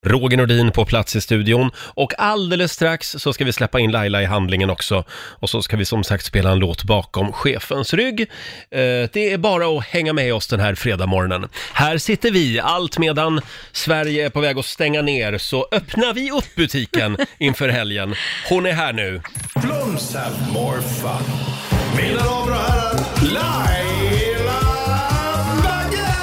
Roger Nordin på plats i studion och alldeles strax så ska vi släppa in Laila i handlingen också och så ska vi som sagt spela en låt bakom chefens rygg. Det är bara att hänga med oss den här fredagmorgonen. Här sitter vi, allt medan Sverige är på väg att stänga ner så öppnar vi upp butiken inför helgen. Hon är här nu. Flums have more fun. Mina damer och herrar, Laila Bagge!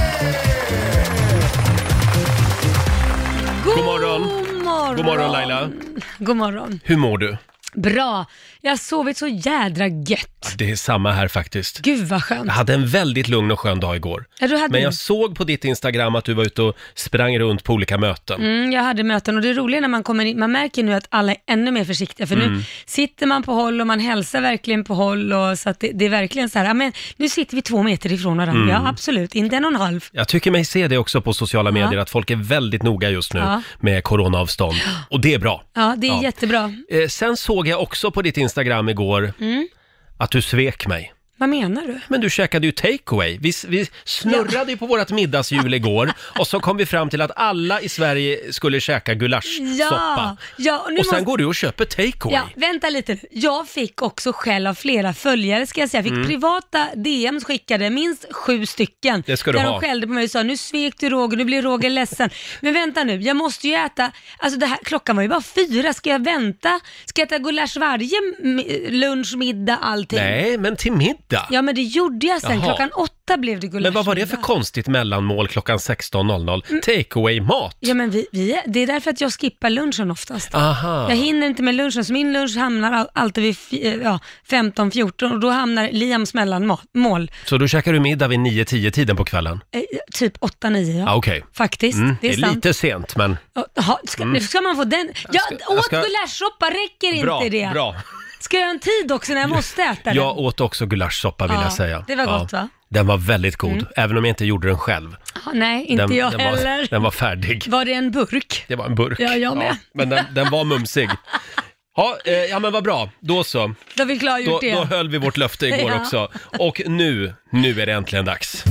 God morgon. God morgon Laila. God morgon. Hur mår du? Bra. Jag har sovit så jädra gött. Det är samma här faktiskt. Gud vad skönt. Jag hade en väldigt lugn och skön dag igår. Ja, men jag såg på ditt Instagram att du var ute och sprang runt på olika möten. Jag hade möten och det är roligt när man kommer in. Man märker nu att alla är ännu mer försiktiga. För nu sitter man på håll och man hälsar verkligen på håll. Och så att det är verkligen så här, ja, men nu sitter vi 2 meter ifrån varandra. Ja, absolut. Inte 1,5. Jag tycker mig se det också på sociala medier att folk är väldigt noga just nu med coronaavstånd. Och det är bra. Ja, det är jättebra. Sen såg jag också på ditt Instagram igår att du svek mig. Vad menar du? Men du käkade ju takeaway. Vi snurrade ju på vårt middagshjul igår och så kom vi fram till att alla i Sverige skulle käka gulaschsoppa. Och sen går du och köper takeaway. Ja, vänta lite. Jag fick också skäll av flera följare ska jag säga. Jag fick privata DMs skickade, minst 7 stycken. Det ska du där ha. de skällde på mig och sa, nu svek du Roger, nu blir Roger ledsen. Men vänta nu, jag måste ju äta, alltså det här, klockan var ju bara 4, ska jag vänta? Ska jag äta gulasch varje lunch, middag, allting? Nej, men till middag. Ja, men det gjorde jag sen. Klockan 8 blev det gulasch. Men vad var det för konstigt mellanmål klockan 16.00? Takeaway-mat? Ja, men det är därför att jag skippar lunchen oftast. Aha. Jag hinner inte med lunchen, så min lunch hamnar alltid vid 15-14 och då hamnar Liams mellanmål. Så då käkar du middag vid 9-10-tiden på kvällen? Typ 8-9, ja. Okej. Faktiskt, det är sant. Lite sent, men... Ska man få den? Åt gulaschsoppa, räcker bra, inte det? Bra. Ska jag ha en tid också när jag måste äta den? Jag åt också gulaschsoppa vill jag säga. Det var gott va? Den var väldigt god, även om jag inte gjorde den själv. Nej, inte jag heller. Den var färdig. Var det en burk? Det var en burk. Ja, jag med. Men den var mumsig. Ja, men vad bra. Då så. Då har vi klargjort det. Då höll vi vårt löfte igår också. Och nu är det äntligen dags.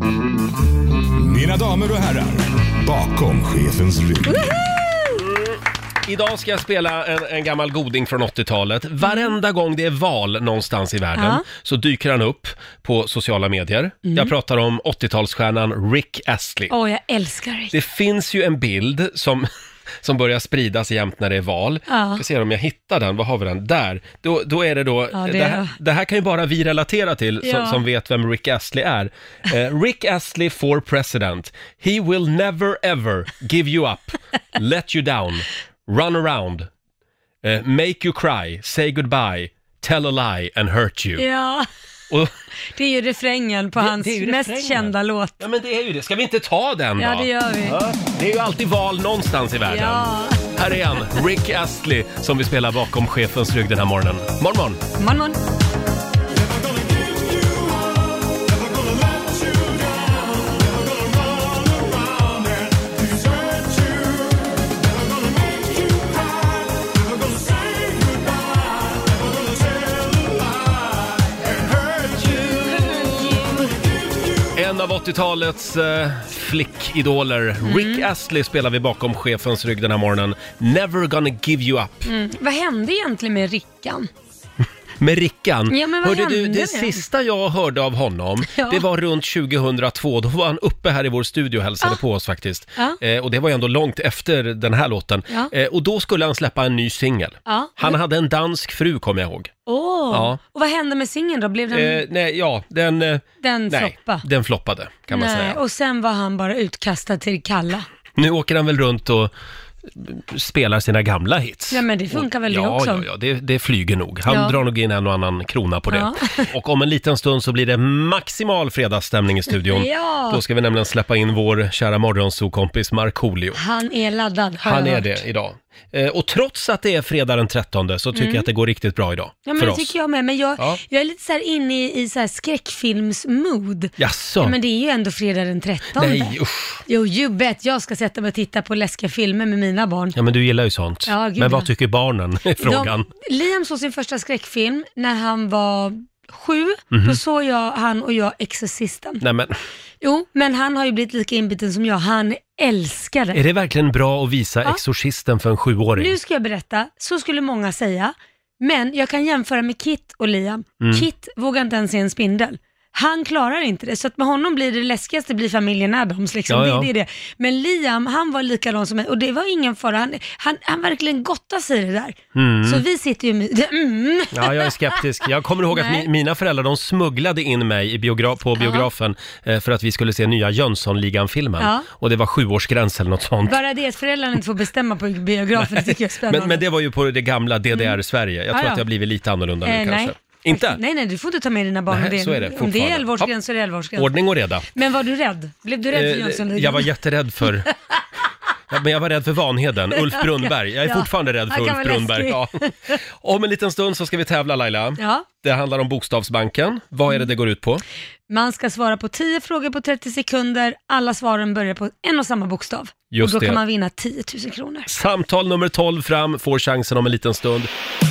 Mina damer och herrar, bakom chefens rygg. Idag ska jag spela en gammal goding från 80-talet. Varenda gång det är val någonstans i världen så dyker han upp på sociala medier. Jag pratar om 80-talsstjärnan Rick Astley. Jag älskar Rick. Det finns ju en bild som börjar spridas jämt när det är val. Jag ska se om jag hittar den. Vad har vi den? Där. Då är det då... Det här kan ju bara vi relatera till som vet vem Rick Astley är. Rick Astley for president. He will never ever give you up. Let you down. Run around. Make you cry. Say goodbye. Tell a lie and hurt you. Ja. Och det är ju refrängen på hans mest kända låt. Ja, men det är ju det. Ska vi inte ta den då? Ja, det gör vi. Ja, det är ju alltid val någonstans i världen. Ja. Här är han, Rick Astley, som vi spelar bakom chefens rygg den här morgonen. Morgon. Morgon. En av 80-talets flickidoler. Rick Astley spelar vi bakom chefens rygg den här morgonen. Never gonna give you up. Vad hände egentligen med Rickan? Med Rickan. Ja, men vad hörde du, hände det sista jag hörde av honom, det var runt 2002. Då var han uppe här i vår studio och hälsade på oss faktiskt. Och det var ju ändå långt efter den här låten. Och då skulle han släppa en ny singel. Han hade en dansk fru, kommer jag ihåg. Och vad hände med singeln då? Blev den... Den floppade, kan man säga. Och sen var han bara utkastad till Kalla. Nu åker han väl runt och spelar sina gamla hits. Ja, men det funkar väl det också. Ja, det flyger nog. Han drar nog in en och annan krona på det. Och om en liten stund så blir det maximal fredagsstämning i studion. Då ska vi nämligen släppa in vår kära morgonsokompis Markoolio. Han är laddad. Han är det idag. Och trots att det är fredag den 13 så tycker jag att det går riktigt bra idag. Ja, men det tycker jag med. Men jag är lite så här inne i så här skräckfilmsmood. Jaså? Ja, men det är ju ändå fredag den 13. Nej, usch. Jo, you bet. Jag ska sätta mig och titta på läskiga filmer med mina barn. Ja, men du gillar ju sånt. Ja, gud, men vad tycker barnen i frågan? Liam såg sin första skräckfilm när han var 7, då såg han och jag Exorcisten. Nej, men. Jo, men han har ju blivit lika inbiten som jag. Han älskar det. Är det verkligen bra att visa Exorcisten för en 7-åring? Nu ska jag berätta, så skulle många säga. Men jag kan jämföra med Kit och Liam. Kit vågar inte ens se en spindel. Han klarar inte det, så att med honom blir det läskigaste blir familjen Addams liksom. Ja. Det. Men Liam, han var likadan som mig och det var ingen fara. Han verkligen gottar sig i det där. Så vi sitter ju med Ja, jag är skeptisk. Jag kommer ihåg att mina föräldrar, de smugglade in mig på biografen för att vi skulle se nya Jönssonligan-filmen. Ja. Och det var 7-årsgräns eller något sånt. Bara det att föräldrarna inte får bestämma på biografen, det tycker jag är spännande. Men det var ju på det gamla DDR-Sverige. Jag tror att det har blivit lite annorlunda nu kanske. Nej. Inte? Nej, du får inte ta med dina barn. Nej, så är det om det är 11-årsgräns så är det 11-årsgräns. Ordning och reda. Men var du rädd? Blev du rädd för Jönssonligan? Jag var jätterädd för... Men jag var rädd för Vanheden, Ulf Brunnberg. Jag är fortfarande rädd för Ulf Brunnberg. Ja. Om en liten stund så ska vi tävla, Laila. Ja. Det handlar om Bokstavsbanken. Vad är det går ut på? Man ska svara på 10 frågor på 30 sekunder. Alla svaren börjar på en och samma bokstav. Just och då det. kan man vinna 10 000 kronor. Samtal nummer 12 fram får chansen om en liten stund.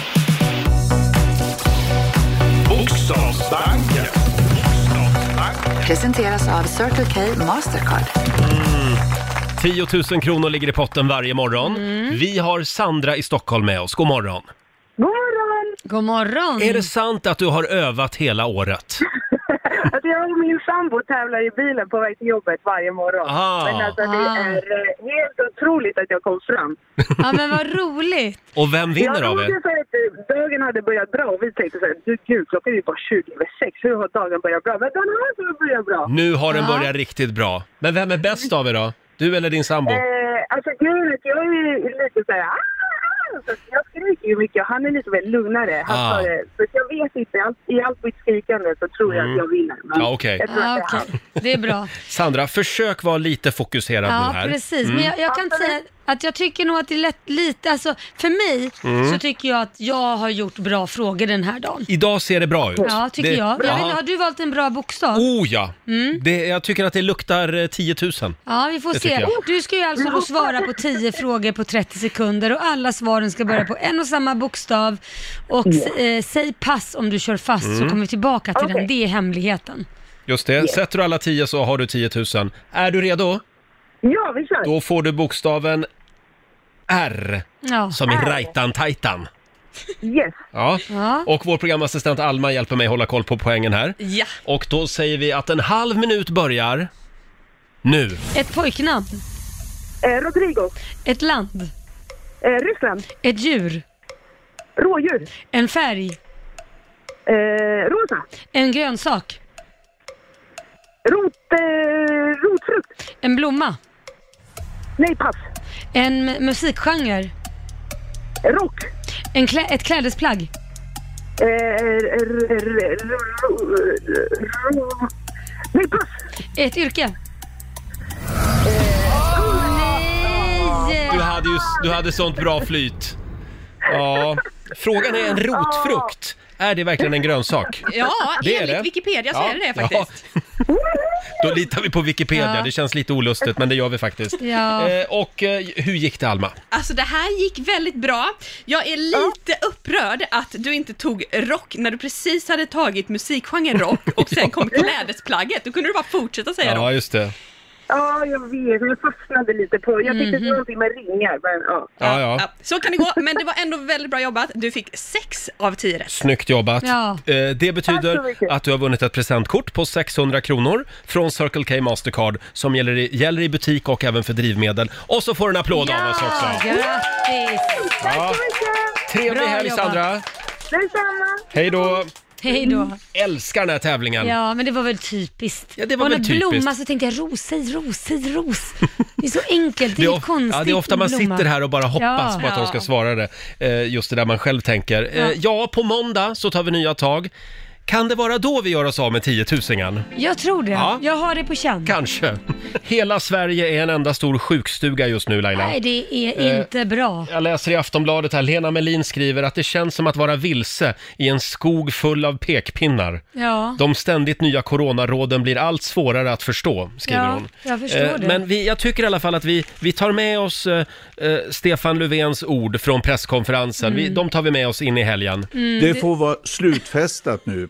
Bokstavsbanken. Presenteras av Circle K Mastercard. 10 000 kronor ligger i potten varje morgon. Vi har Sandra i Stockholm med oss. God morgon. God morgon! God morgon. Är det sant att du har övat hela året? Alltså jag och min sambo tävlar i bilen på väg till jobbet varje morgon. Men alltså det är helt otroligt att jag kom fram. Ja, men vad roligt. Och vem vinner av er? Jag trodde att dagen hade börjat bra och vi tänkte så här, gud, klockan är ju bara 20:06. Hur har dagen börjat bra? Men den har börjat bra. Nu har den börjat riktigt bra. Men vem är bäst av er då? Du eller din sambo? Alltså grejen är att jag är lite så här... Så jag skriker ju mycket, han är lite väl lugnare. Så jag vet inte, i allt mitt skrikande så tror jag att jag vinner. Men okej. Det är bra. Sandra, försök vara lite fokuserad nu här. Ja, precis. Men jag kan säga att jag tycker nog att det är lite, alltså för mig så tycker jag att jag har gjort bra frågor den här dagen. Idag ser det bra ut. Ja, tycker jag. Jag vet inte, har du valt en bra bokstav? Oh ja! Jag tycker att det luktar 10 000. Ja, vi får se. Du ska ju alltså då svara på 10 frågor på 30 sekunder och alla svaren ska börja på en och samma bokstav. Och säg pass om du kör fast så kommer vi tillbaka till den. Det är hemligheten. Just det. Sätter du alla 10 så har du 10 000. Är du redo? Ja, vi kör. Då får du bokstaven R. Som i rajtan-tajtan. Yes. Ja. Och vår programassistent Alma hjälper mig hålla koll på poängen här. Ja. Och då säger vi att en halv minut börjar nu. Ett pojknamn. Rodrigo. Ett land. Ryssland. Ett djur. Rådjur. En färg. Rosa. En grönsak. Rotfrukt. En blomma. Nej, pass. En musikgenre. Rock. Ett klädesplagg. Nej, pass. Ett yrke. Du hade sånt bra flyt. Ja. Frågan är en rotfrukt. Är det verkligen en grönsak? Ja, det enligt är det. Wikipedia så är det faktiskt. Ja. Då litar vi på Wikipedia. Det känns lite olustigt, men det gör vi faktiskt. Hur gick det, Alma? Alltså det här gick väldigt bra. Jag är lite upprörd att du inte tog rock när du precis hade tagit musikgenren rock och sen kom klädesplagget. Då kunde du bara fortsätta säga rock. Ja, just det. Ja, jag vet. Jag fastnade lite på... Jag tyckte det var någonting med ringar, men Ja. Så kan det gå, men det var ändå väldigt bra jobbat. Du fick 6 av 10 rätt. Snyggt jobbat. Ja. Det betyder att du har vunnit ett presentkort på 600 kronor från Circle K Mastercard som gäller i butik och även för drivmedel. Och så får du en applåd av oss också. Grattis! Ja. Trevlig helg, Sandra. detsamma. Hej då. Hej då. Älskar den här tävlingen. Ja, men det var väl typiskt. Ja, det var väl typiskt. Blomma så tänkte jag ros. Det är så enkelt, det är konstigt. Ja, det är ofta man sitter här och bara hoppas på att de ska svara det. Just det där man själv tänker. Ja, på måndag så tar vi nya tag. Kan det vara då vi gör oss av med 10 000? Jag tror det. Ja. Jag har det på känn. Kanske. Hela Sverige är en enda stor sjukstuga just nu, Laila. Nej, det är inte bra. Jag läser i Aftonbladet här, Lena Melin skriver att det känns som att vara vilse i en skog full av pekpinnar. Ja. De ständigt nya coronaråden blir allt svårare att förstå, skriver hon. Jag förstår det. Men jag tycker i alla fall att vi tar med oss Stefan Löfvens ord från presskonferensen. De tar vi med oss in i helgen. Det får vara slutfestat nu.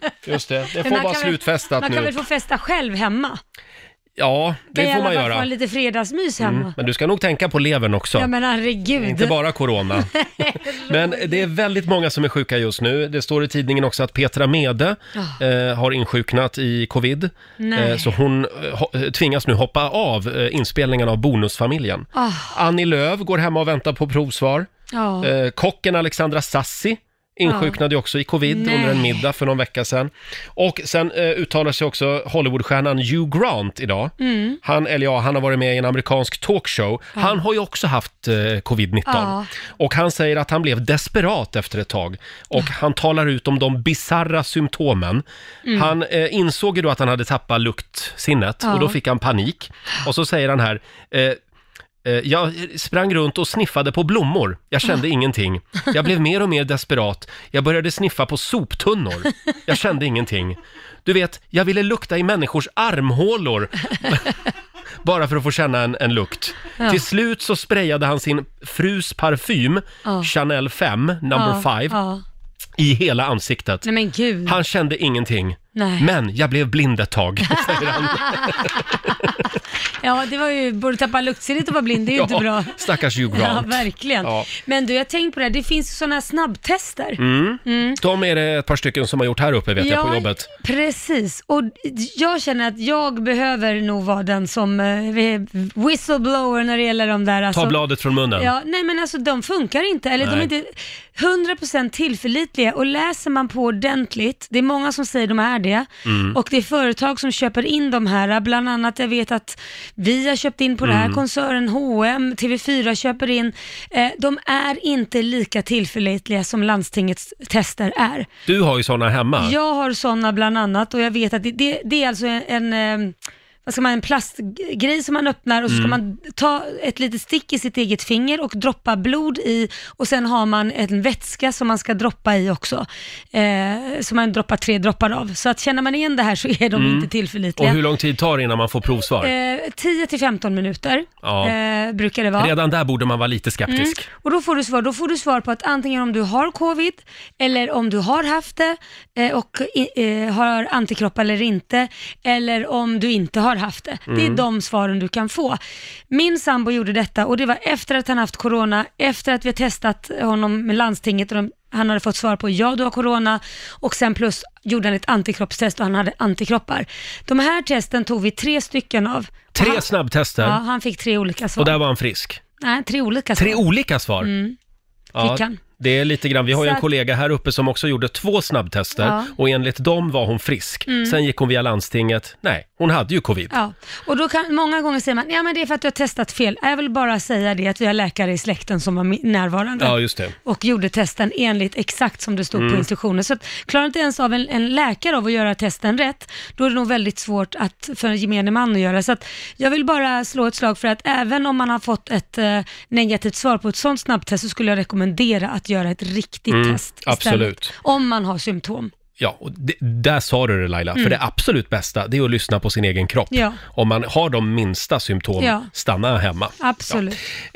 Just det. Det får vara slutfestat nu. Man kan väl få festa själv hemma? Ja, det får man göra. Få lite fredagsmys hemma. Men du ska nog tänka på levern också. Ja, men herregud. Inte bara corona. Men det är väldigt många som är sjuka just nu. Det står i tidningen också att Petra Mede har insjuknat i covid. Så hon tvingas nu hoppa av inspelningen av Bonusfamiljen. Annie Lööf går hemma och väntar på provsvar. Kocken Alexandra Sassi insjuknade också i covid under en middag för någon vecka sedan. Och sen uttalar sig också Hollywoodstjärnan Hugh Grant idag. Han har varit med i en amerikansk talkshow. Han har ju också haft covid-19. Och han säger att han blev desperat efter ett tag. Och han talar ut om de bizarra symptomen. Han insåg ju då att han hade tappat luktsinnet. Och då fick han panik. Och så säger han här... jag sprang runt och sniffade på blommor. Jag kände ingenting. Jag blev mer och mer desperat. Jag började sniffa på soptunnor. Jag kände ingenting. Du vet, jag ville lukta i människors armhålor. Bara för att få känna en lukt. Till slut så sprayade han sin frus parfym, Chanel 5, number 5, i hela ansiktet. Nej, men Gud. Han kände ingenting. Nej. Men jag blev blind ett tag, säger han. Ja, det var ju, borde tappa luktsinnet och vara blind, det är ju inte bra. Stackars Hugh Grant. Ja, verkligen. Ja. Men du, jag har tänkt på det finns ju sådana snabbtester. De är det ett par stycken som har gjort här uppe, vet jag, på jobbet. Precis. Och jag känner att jag behöver nog vara den som whistleblower när det gäller de där. Alltså, ta bladet från munnen. Ja, nej men alltså de funkar inte, eller de är inte 100% tillförlitliga, och läser man på ordentligt, det är många som säger de är det, och det är företag som köper in de här, bland annat jag vet att vi har köpt in på det här, koncernen H&M, TV4 köper in, de är inte lika tillförlitliga som landstingets tester är. Du har ju sådana hemma. Jag har sådana bland annat, och jag vet att det är alltså en plastgrej som man öppnar, och så ska man ta ett litet stick i sitt eget finger och droppa blod i, och sen har man en vätska som man ska droppa i också, som man droppar 3 droppar av. Så att känner man igen det här så är de inte tillförlitliga. Och hur lång tid tar det innan man får provsvar? 10-15 minuter brukar det vara. Redan där borde man vara lite skeptisk. Och då får du svar på att antingen om du har covid, eller om du har haft det och har antikroppar eller inte, eller om du inte har haft det. Det är de svaren du kan få. Min sambo gjorde detta, och det var efter att han haft corona, efter att vi har testat honom med landstinget, och han hade fått svar på ja, du har corona, och sen plus gjorde han ett antikroppstest och han hade antikroppar. De här testen tog vi 3 stycken av. 3 snabbtester? Ja, han fick 3 olika svar. Och där var han frisk? Nej, 3 olika svar. 3 olika svar? Fick han. Det är lite grann, vi har ju en kollega här uppe som också gjorde 2 snabbtester, och enligt dem var hon frisk. Sen gick hon via landstinget, hon hade ju covid. Ja, och då kan många gånger säga man, ja men det är för att du har testat fel. Jag vill bara säga det att vi har läkare i släkten som var närvarande. Ja, just det. Och gjorde testen enligt exakt som det stod på instruktionen. Så att, klarar inte ens av en läkare av att göra testen rätt, då är det nog väldigt svårt för en gemene man att göra. Så att jag vill bara slå ett slag för att även om man har fått ett negativt svar på ett sånt snabbtest, så skulle jag rekommendera att göra ett riktigt test istället. Absolut. Om man har symptom. Ja, och där sa du det, Laila, för det absolut bästa, det är att lyssna på sin egen kropp. Ja. Om man har de minsta symptom, stanna hemma. Absolut.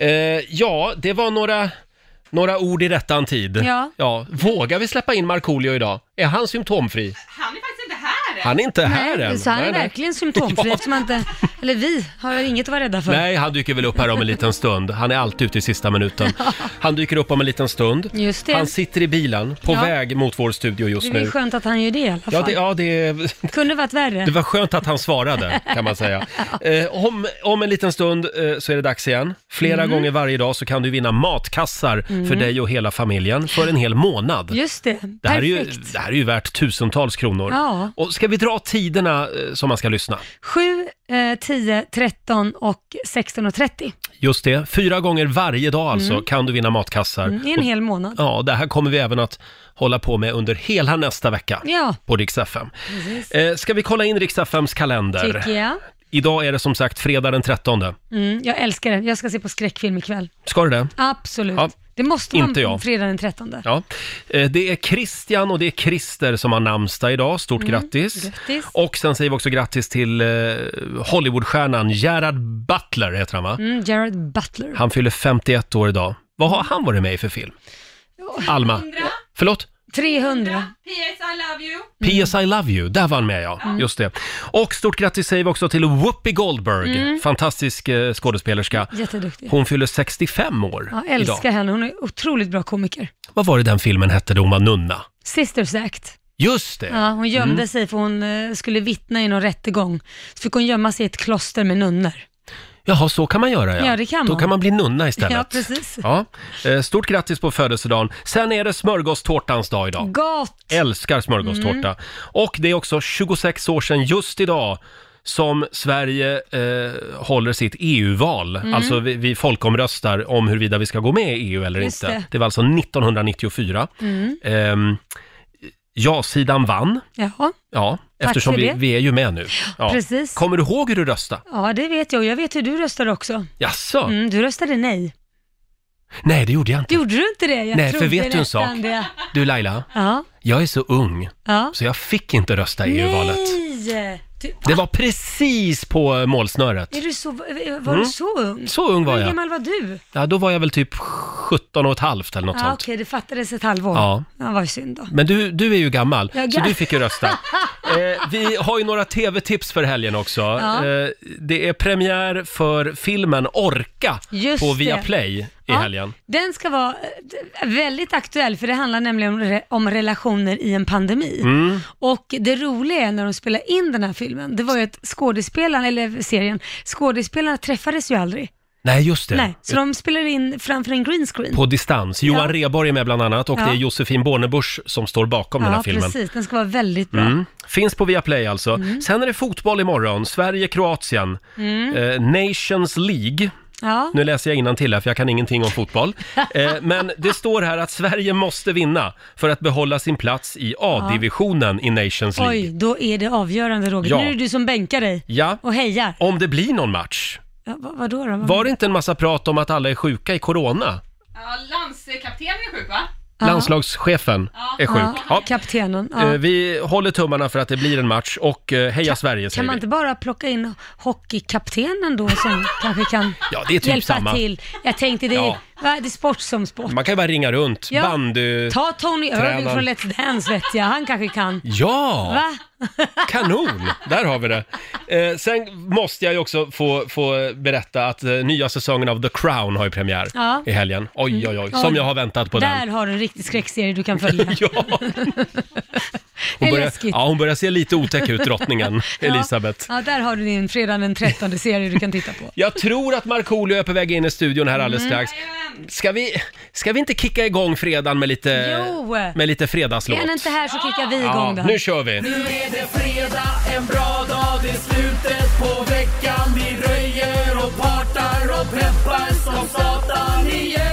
Ja, det var några ord i rättan tid. Ja. Vågar vi släppa in Markoolio idag? Är han symptomfri? Han är faktiskt inte här än. Han är inte här än. Så han är verkligen symptomfri, eftersom inte, eller vi har inget att vara rädda för. Nej, han dyker väl upp här om en liten stund. Han är alltid ute i sista minuten. Han dyker upp om en liten stund. Just det. Han sitter i bilen på väg mot vår studio just nu. Det är skönt att han gör det i alla fall. Det kunde varit värre. Det var skönt att han svarade, kan man säga. Om en liten stund så är det dags igen. Flera gånger varje dag så kan du vinna matkassar för dig och hela familjen för en hel månad. Just det. Det här är ju värt tusentals kronor. Ja. Och ska vi dra tiderna som man ska lyssna? 7, 10, 13 och 16:30. Just det, 4 gånger varje dag alltså kan du vinna matkassar. I en hel månad. Ja, det här kommer vi även att hålla på med under hela nästa vecka på Rix FM. Ska vi kolla in Rix FMs kalender? Tycker jag. Idag är det som sagt fredag den 13. Jag älskar det. Jag ska se på skräckfilm ikväll. Ska du det? Absolut. Ja. Det måste vara fredag den 13. Ja. Det är Christian och det är Christer som har namnsdag idag. Stort grattis. Och sen säger vi också grattis till Hollywoodstjärnan Gerard Butler, heter han va? Gerard Butler. Han fyller 51 år idag. Vad har han varit med i för film? Alma? Förlåt? 300. PS I love you. PS I love you, där var han med just det. Och stort grattis säger vi också till Whoopi Goldberg, fantastisk skådespelerska. Jätteduktig. Hon fyller 65 år Ja, älskar henne, hon är otroligt bra komiker. Vad var det den filmen hette då hon var nunna? Sisters Act. Just det. Ja, hon gömde sig för hon skulle vittna i någon rättegång. Så fick hon gömma sig i ett kloster med nunnor. Jaha, så kan man göra Ja, det kan Då man. kan man bli nunna istället. Ja, precis. Ja. Stort grattis på födelsedagen. Sen är det smörgåstårtans dag idag. Gott! Älskar smörgåstårta. Och det är också 26 år sedan just idag som Sverige håller sitt EU-val. Alltså vi folkomröstar om huruvida vi ska gå med i EU eller Just inte. det. Det var alltså 1994. Ja-sidan vann. Jaha. Ja, Tack eftersom för det. vi är ju med nu. Ja. Precis. Kommer du ihåg hur du röstade? Ja, det vet jag. Jag vet hur du röstade också. Jaså? Du röstade nej. Nej, det gjorde jag inte. Gjorde du inte det? Jag Nej, för trodde vet du en sak? nästan det. Du Laila, Ja. jag är så ung Ja. så jag fick inte rösta i EU-valet. Nej! Det var precis på målsnöret. Är du så, var du så ung? Så ung var Hur jag. gammal var du? Ja, då var jag väl typ 17 och ett halvt eller något Ja, sånt. okej, det fattades ett halvår. Ja. Ja, vad synd då. Men du är ju gammal, Jag är så ga- du fick ju rösta. Vi har ju några tv-tips för helgen också. Ja. Det är premiär för filmen Orka Just på det. Viaplay i Ja, helgen. Den ska vara väldigt aktuell för det handlar nämligen om relationer i en pandemi. Mm. Och det roliga är när de spelar in den här filmen, det var ju att skådespelarna träffades ju aldrig. Nej, just det. Nej, så de spelar in framför en green screen. På distans. Johan Ja. Rheborg är med bland annat och Ja. det är Josefin Bornebusch som står bakom den här filmen. precis. Den ska vara väldigt bra. Finns på Viaplay alltså. Sen är det fotboll imorgon. Sverige-Kroatien. Nations League. Ja. Nu läser jag innantill här för jag kan ingenting om fotboll. Men det står här att Sverige måste vinna för att behålla sin plats i A-divisionen i Nations League. Oj, då är det avgörande Roger. Ja. Nu är det du som bänkar dig Ja, och hejar. om det blir någon match. Ja, vadå då? Var det inte en massa prat om att alla är sjuka i corona? Ja, landskaptenen är sjuk va? Landslagschefen är sjuk. Ja. Kaptenen. Ja. Vi håller tummarna för att det blir en match och heja Sverige Kan säger man vi. inte bara plocka in hockeykaptenen då som kanske kan Ja, det är typ hjälpa samma. till? Jag tänkte det är, det är sport som sport. Man kan ju bara ringa runt. Ja. Bandy... Ta Tony Irving tränaren. från Let's Dance vet jag, han kanske kan. Ja! Va? Kanon! Där har vi det. Sen måste jag ju också få berätta att nya säsongen av The Crown har ju premiär i helgen. Oj, oj, oj. Som jag har väntat på Där den. har du en riktig skräckserie du kan följa. Ja. Det är Hon börjar, läskigt. hon börjar se lite otäck ut, drottningen Elisabeth. Ja, där har du din fredag den 13 serie du kan titta på. Jag tror att Markoolio är på väg in i studion här alldeles strax. Ska vi inte kicka igång fredagen med lite, Jo. med lite fredagslåt? Är han inte här så kickar vi igång Ja, då. nu kör vi. Nu är det fredag, en bra dag, det är slutet på veckan. Vi röjer och partar och peppar som satan igen.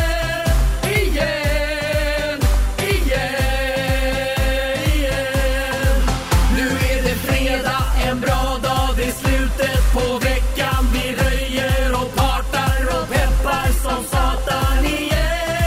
Nu är det fredag, en bra dag, det är slutet på veckan. Vi röjer och partar och peppar som satan igen.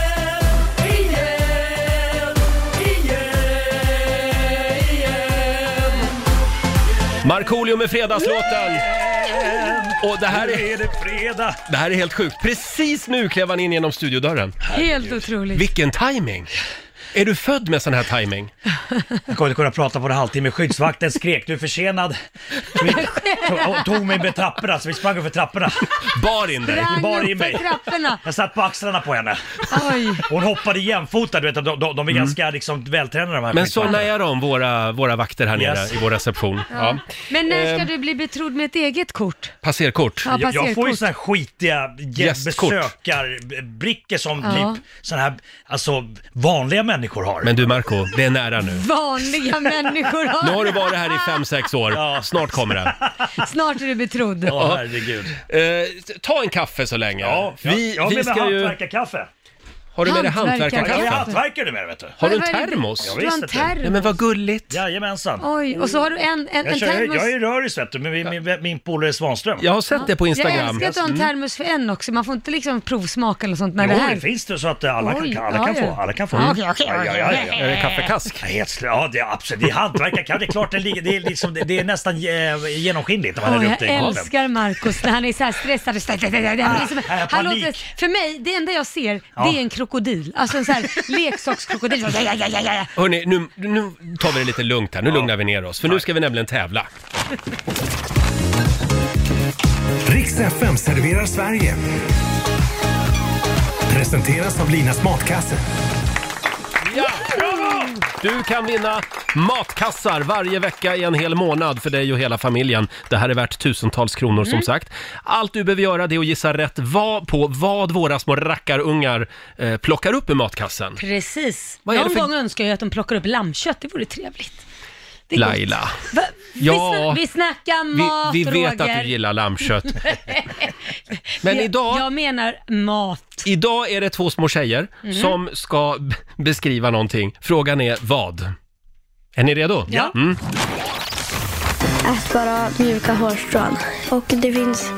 Markoolio med fredagslåten. Och det här är det fredag. Det här är helt sjukt. Precis nu klev han in genom studiodörren. Helt otroligt. Vilken timing. Är du född med sån här timing? Jag kommer inte kunna prata på en halvtimme. Skyddsvakten skrek, du är försenad. Tog mig med trapporna, så vi sprang för trapporna. Bar in dig. Sprang bar upp in för mig. trapporna. Jag satt på axlarna på henne. Oj. Hon hoppade jämfota, du vet, de är ganska liksom vältränade de här Men skyddsvakterna. såna är de, våra vakter här nere Yes. i vår reception. Ja. Men när ska du bli betrodd med ett eget kort? Passerkort. Ja, Jag får ju passerkort. såna här skitiga Gästkort. besökarbrickor som Ja. typ såna här, alltså vanliga människor har. Men du Marco, det är nära nu. Vanliga människor Nu har. har du varit här i 5-6 år. Ja. Snart kommer det. Snart är du betrodd. Åh, herregud. Ta en kaffe så länge. Ja, vi jag har med mig ska ju... hantverkarkaffe. Har du med dig Hantverkarkaffe. Jag är hantverkarkaffe? hantverkare du med, vet du. Har du en Vad är det? termos? Du har en visst, vet du. termos. Ja, men vad gulligt. Jajamensan. Oj, och så har du en Jag termos. är i röris, vet du, med min polare Svanström. Jag har sett det på Jag Instagram. älskar att du har en termos för en också. Man får inte liksom provsmaka eller sånt när Jo, det här. det finns det så att alla Oj, kan ja, ja. få. Alla kan få. Ja, okej. Är det kaffekask? Ja, det är absolut. Det är hantverkarkaffe. Det är klart, det är nästan genomskinligt när man häller Åh, upp det i jag koppen. älskar Marcus när han är så här stressad. Han blir som, panik. han låter, för mig, det enda jag ser, det är en krokodil. Alltså en sån här leksakskrokodil. Hörrni, nu tar vi det lite lugnt här. Nu lugnar vi ner oss. För nu ska vi nämligen tävla. Rix FM serverar Sverige. Presenteras av Linas matkasse. Ja! Du kan vinna matkassar varje vecka i en hel månad för dig och hela familjen. Det här är värt tusentals kronor som sagt. Allt du behöver göra det är att gissa rätt på vad våra små rackarungar plockar upp i matkassen. Precis. Någon gång önskar jag att de plockar upp lammkött. Det vore trevligt. Det är Laila. Vi snackar mat, vi vet Roger. att du gillar lammkött. Men idag... Jag menar mat. Idag är det 2 små tjejer som ska beskriva någonting. Frågan är vad? Är ni redo? Ja. Ät bara mjuka hårstrån. Och det finns...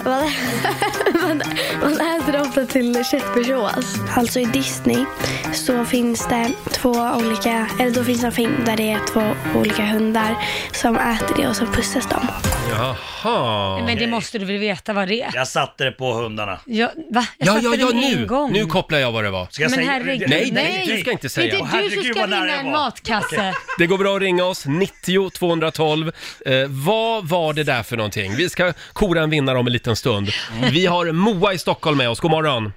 Man äter ofta till köttfärssås. Alltså i Disney så finns det 2 olika... Eller då finns det en film där det är 2 olika hundar som äter det och så pussas de. Jaha. Men det måste du väl veta vad det är? Jag satte det på hundarna. Jag satte det en gång. Nu kopplar jag vad det var. Ska jag säga? Nej, du ska inte säga. Det är du som ska vinna en matkasse. Okay. Det går bra att ringa oss, 90 212. Vad var det där för någonting? Vi ska kora en vinnare om en liten stund. Vi har Moa i Stockholm med oss. God morgon.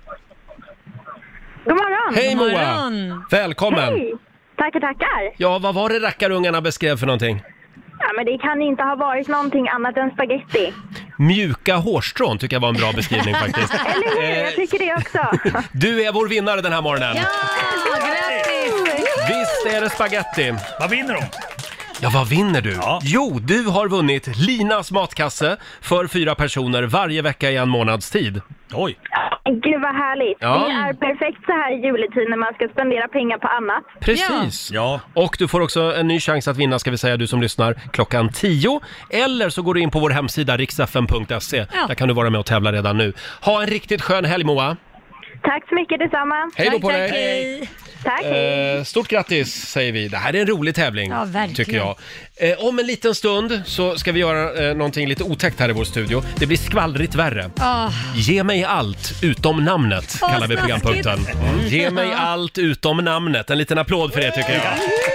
God morgon. Hej God Moa. morgon. Välkommen. Hej. Tackar. Ja, vad var det rackarungarna beskrev för någonting? Ja, men det kan inte ha varit någonting annat än spaghetti. Mjuka hårstrån tycker jag var en bra beskrivning faktiskt. Eller hur? Jag tycker det också. Du är vår vinnare den här morgonen. Ja, grattis! Visst är det spaghetti. Vad vinner de? Ja, vad vinner du? Ja. Jo, du har vunnit Linas matkasse för 4 personer varje vecka i en månads tid. Oj. Gud vad härligt. Ja. Det är perfekt så här i juletid när man ska spendera pengar på annat. Precis. Ja. Och du får också en ny chans att vinna, ska vi säga, du som lyssnar, klockan 10. Eller så går du in på vår hemsida riksfm.se. Ja. Där kan du vara med och tävla redan nu. Ha en riktigt skön helg, Moa. Tack så mycket, detsamma. Hej då på Tack, dig. hej. Tack, hej. Stort grattis säger vi. Det här är en rolig tävling, Ja, verkligen. tycker jag. Om en liten stund så ska vi göra någonting lite otäckt här i vår studio. Det blir skvallrigt värre. Ge mig allt utom namnet, kallar vi programpunkten. Ge mig allt utom namnet. En liten applåd för det, tycker jag.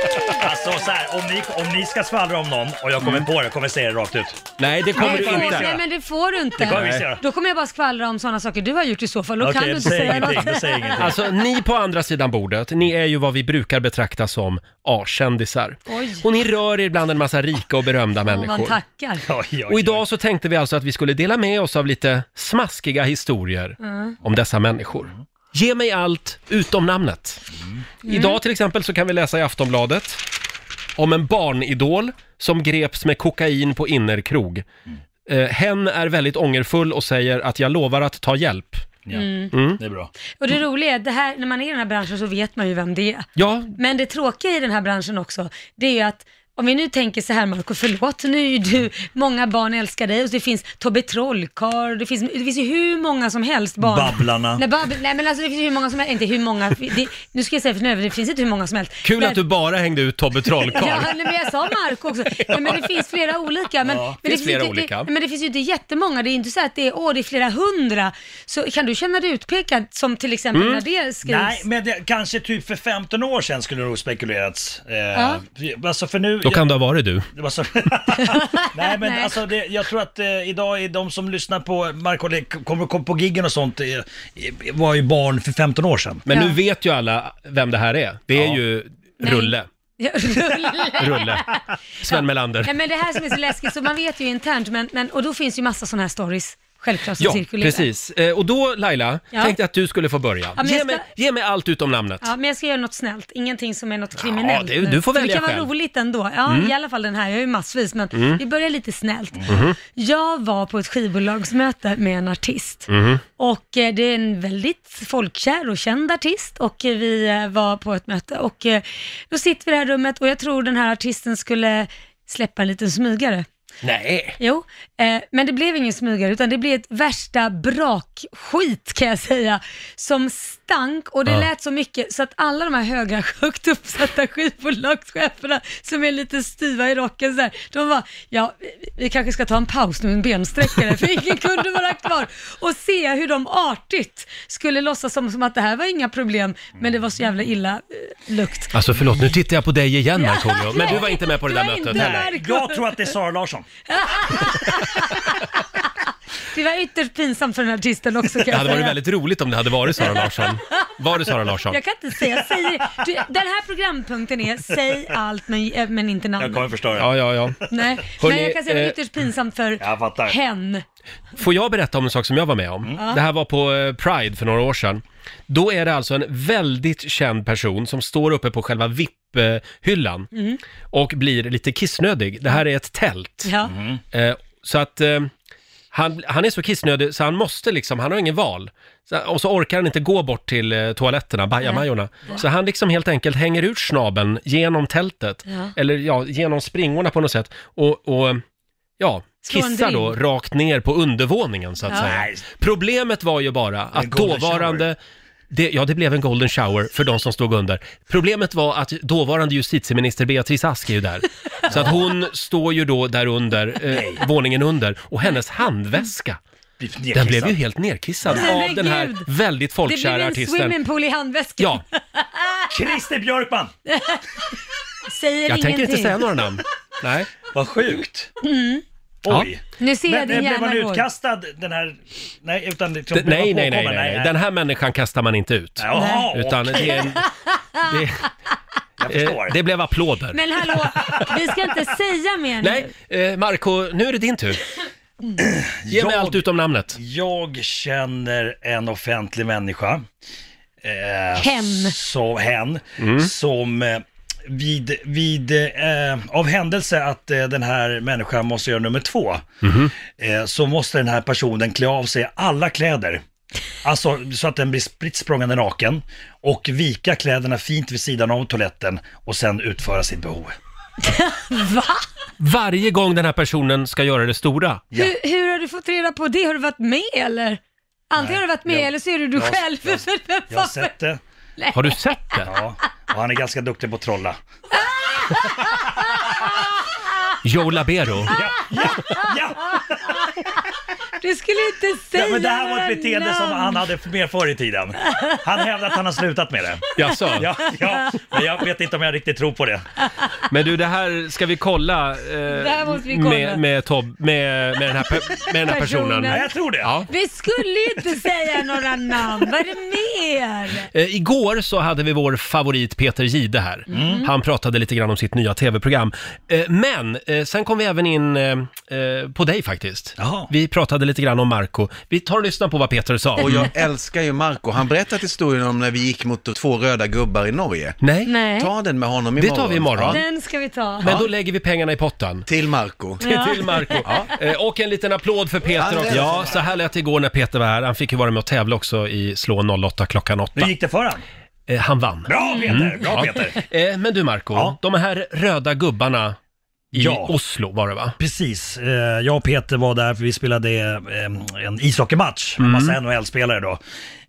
Alltså så här, om ni ska skvallra om någon och jag kommer på det, kommer jag säga det rakt ut. Nej, det kommer du Nej, inte. men det får du inte. Det kommer vi se då. Då kommer jag bara skvallra om sådana saker du har gjort i så fall. Då Okej, kan du inte säg säga ingenting, något. då säger ingenting. Alltså, ni på andra sidan bordet, ni är ju vad vi brukar betrakta som A-kändisar. Oj. Och ni rör er bland en massa rika och berömda Man människor. tackar. Oj. Och idag så tänkte vi alltså att vi skulle dela med oss av lite smaskiga historier om dessa människor. Ge mig allt utom namnet. Idag till exempel så kan vi läsa i Aftonbladet om en barnidol som greps med kokain på innerkrog. Hen är väldigt ångerfull och säger att jag lovar att ta hjälp. Ja, det är bra. Och det roliga är, det här, när man är i den här branschen så vet man ju vem det är. Ja, Men det tråkiga i den här branschen också, det är ju att om vi nu tänker så här, Marco, förlåt, nu är ju du, många barn älskar dig och det finns Tobbe Trollkarl, det finns ju hur många som helst barn. Babblarna. Nej men alltså det finns hur många som helst, inte hur många, nu ska jag säga för nu, det finns inte hur många som helst. kul att du bara hängde ut Tobbe Trollkarl. Ja, nej, men jag sa Marco också. Nej, men det finns flera olika. Men, Ja, men finns flera inte, olika. men det finns ju inte jättemånga. Det är inte så att det är flera hundra. Så kan du känna dig utpekad som till exempel när det skrivs? Nej, men det, kanske typ för 15 år sedan skulle det nog spekulerats. Alltså för nu... Då kan det ha varit du. Det var så... Nej, men Nej. alltså jag tror att idag är de som lyssnar på Marco, kommer på giggen och sånt, var ju barn för 15 år sedan. Men Ja. nu vet ju alla vem det här är. Det är ju Rulle. Ja, Rulle. Sven Melander. Nej, men det här som är så läskigt, så man vet ju internt, och då finns ju massa sådana här stories. Självklart som Ja, cirkulerar. precis. Och då, Laila, Ja. tänkte jag att du skulle få börja. Ja, men jag Ge mig allt utom namnet. Ja, men jag ska göra något snällt. Ingenting som är något kriminellt. du nu. får För välja det kan själv. vara roligt ändå. Ja, i alla fall den här. Jag har ju massvis, men vi börjar lite snällt. Jag var på ett skivbolagsmöte med en artist. Och det är en väldigt folkkär och känd artist. Och vi var på ett möte. Och då sitter vi i det här rummet och jag tror den här artisten skulle släppa en liten smygare. Nej. Jo, men det blev ingen smygare utan det blev ett värsta brakskit kan jag säga, som stank och det lät så mycket så att alla de här högt uppsatta skivbolagscheferna som är lite styva i rocken så här, de var, vi kanske ska ta en paus nu, en bensträckare, för ingen kunde vara kvar och se hur de artigt skulle låtsas som att det här var inga problem, men det var så jävla illa lukt. Alltså förlåt, nu tittar jag på dig igen Markoolio, men du var inte med på det där mötet heller. Jag tror att det är Sara Larsson. Det var ytterst pinsamt för den här artisten också kan jag säga. Det hade varit väldigt roligt om det hade varit Sara Larsson. Var det Sara Larsson? Jag kan inte säga, den här programpunkten är säg allt men inte namn. Jag kommer förstå det. Ja. Nej, Hörrni, men jag kan säga det var ytterst pinsamt för hen. Får jag berätta om en sak som jag var med om? Det här var på Pride för några år sedan. Då är det alltså en väldigt känd person som står uppe på själva VIP-hyllan och blir lite kissnödig. Det här är ett tält. Så att han är så kissnödig så han måste liksom, han har ingen val. Och så orkar han inte gå bort till toaletterna, bajamajorna. Så han liksom helt enkelt hänger ut snabeln genom tältet. Eller genom springorna på något sätt. Och kissar då rakt ner på undervåningen så att säga. Problemet var ju bara att dåvarande... Det blev en golden shower för de som stod under. Problemet var att dåvarande justitieminister Beatrice Ask är ju där. Så att hon står ju då där under, våningen under. Och hennes handväska, den blev ju helt nerkissad av den här väldigt folkkära artisten. Det blev en swimmingpool i handväskan. Ja. Christer Björkman! Jag tänker inte säga några namn. Nej. Vad sjukt. Oj. Nu ser jag din blev man hjärna utkastad den här... Nej, utan liksom nej. Den här människan kastar man inte ut. Utan det är det blev applåder. Men hallå, vi ska inte säga mer nu. Nej, Marco, nu är det din tur. Ge mig allt utom namnet. Jag känner en offentlig människa. Hen. Som... av händelse att den här människan måste göra nummer 2 så måste den här personen klä av sig alla kläder, alltså så att den blir spritt språngande naken och vika kläderna fint vid sidan av toaletten och sen utföra sitt behov. Va? Varje gång den här personen ska göra det stora. Hur har du fått reda på det? Har du varit med eller? Antingen har du varit med eller så är du själv. Jag har sett det. Nej. Har du sett det? Ja, och han är ganska duktig på att trolla. Joe Labero. Ja. Du skulle inte säga men det här var ett beteende som han hade mer förr i tiden. Han hävdar att han har slutat med det. Jaså? Ja, men jag vet inte om jag riktigt tror på det. Men du, det här ska vi kolla, det här måste vi kolla. med den här personen. Ja, jag tror det. Ja. Vi skulle ju inte säga några namn. Vad är det mer? Igår så hade vi vår favorit Peter Jihde här. Han pratade lite grann om sitt nya tv-program. Men sen kom vi även in på dig faktiskt. Jaha. Vi pratade lite grann om Marco. Vi tar och lyssnar på vad Peter sa. Och jag älskar ju Marco. Han berättade historien om när vi gick mot 2 röda gubbar i Norge. Nej. Ta den med honom imorgon. Det tar vi imorgon. Den ska vi ta. Men då lägger vi pengarna i potten. Till Marco. Till Marco. Och en liten applåd för Peter också. Ja, så här lät det igår när Peter var här. Han fick ju vara med och tävla också i Slå 08 klockan 8. Hur gick det för han? Han vann. Bra Peter, bra Peter. Men du Marco, de här röda gubbarna i Oslo var det va? Precis, jag och Peter var där för vi spelade en ishockeymatch med massa NHL-spelare då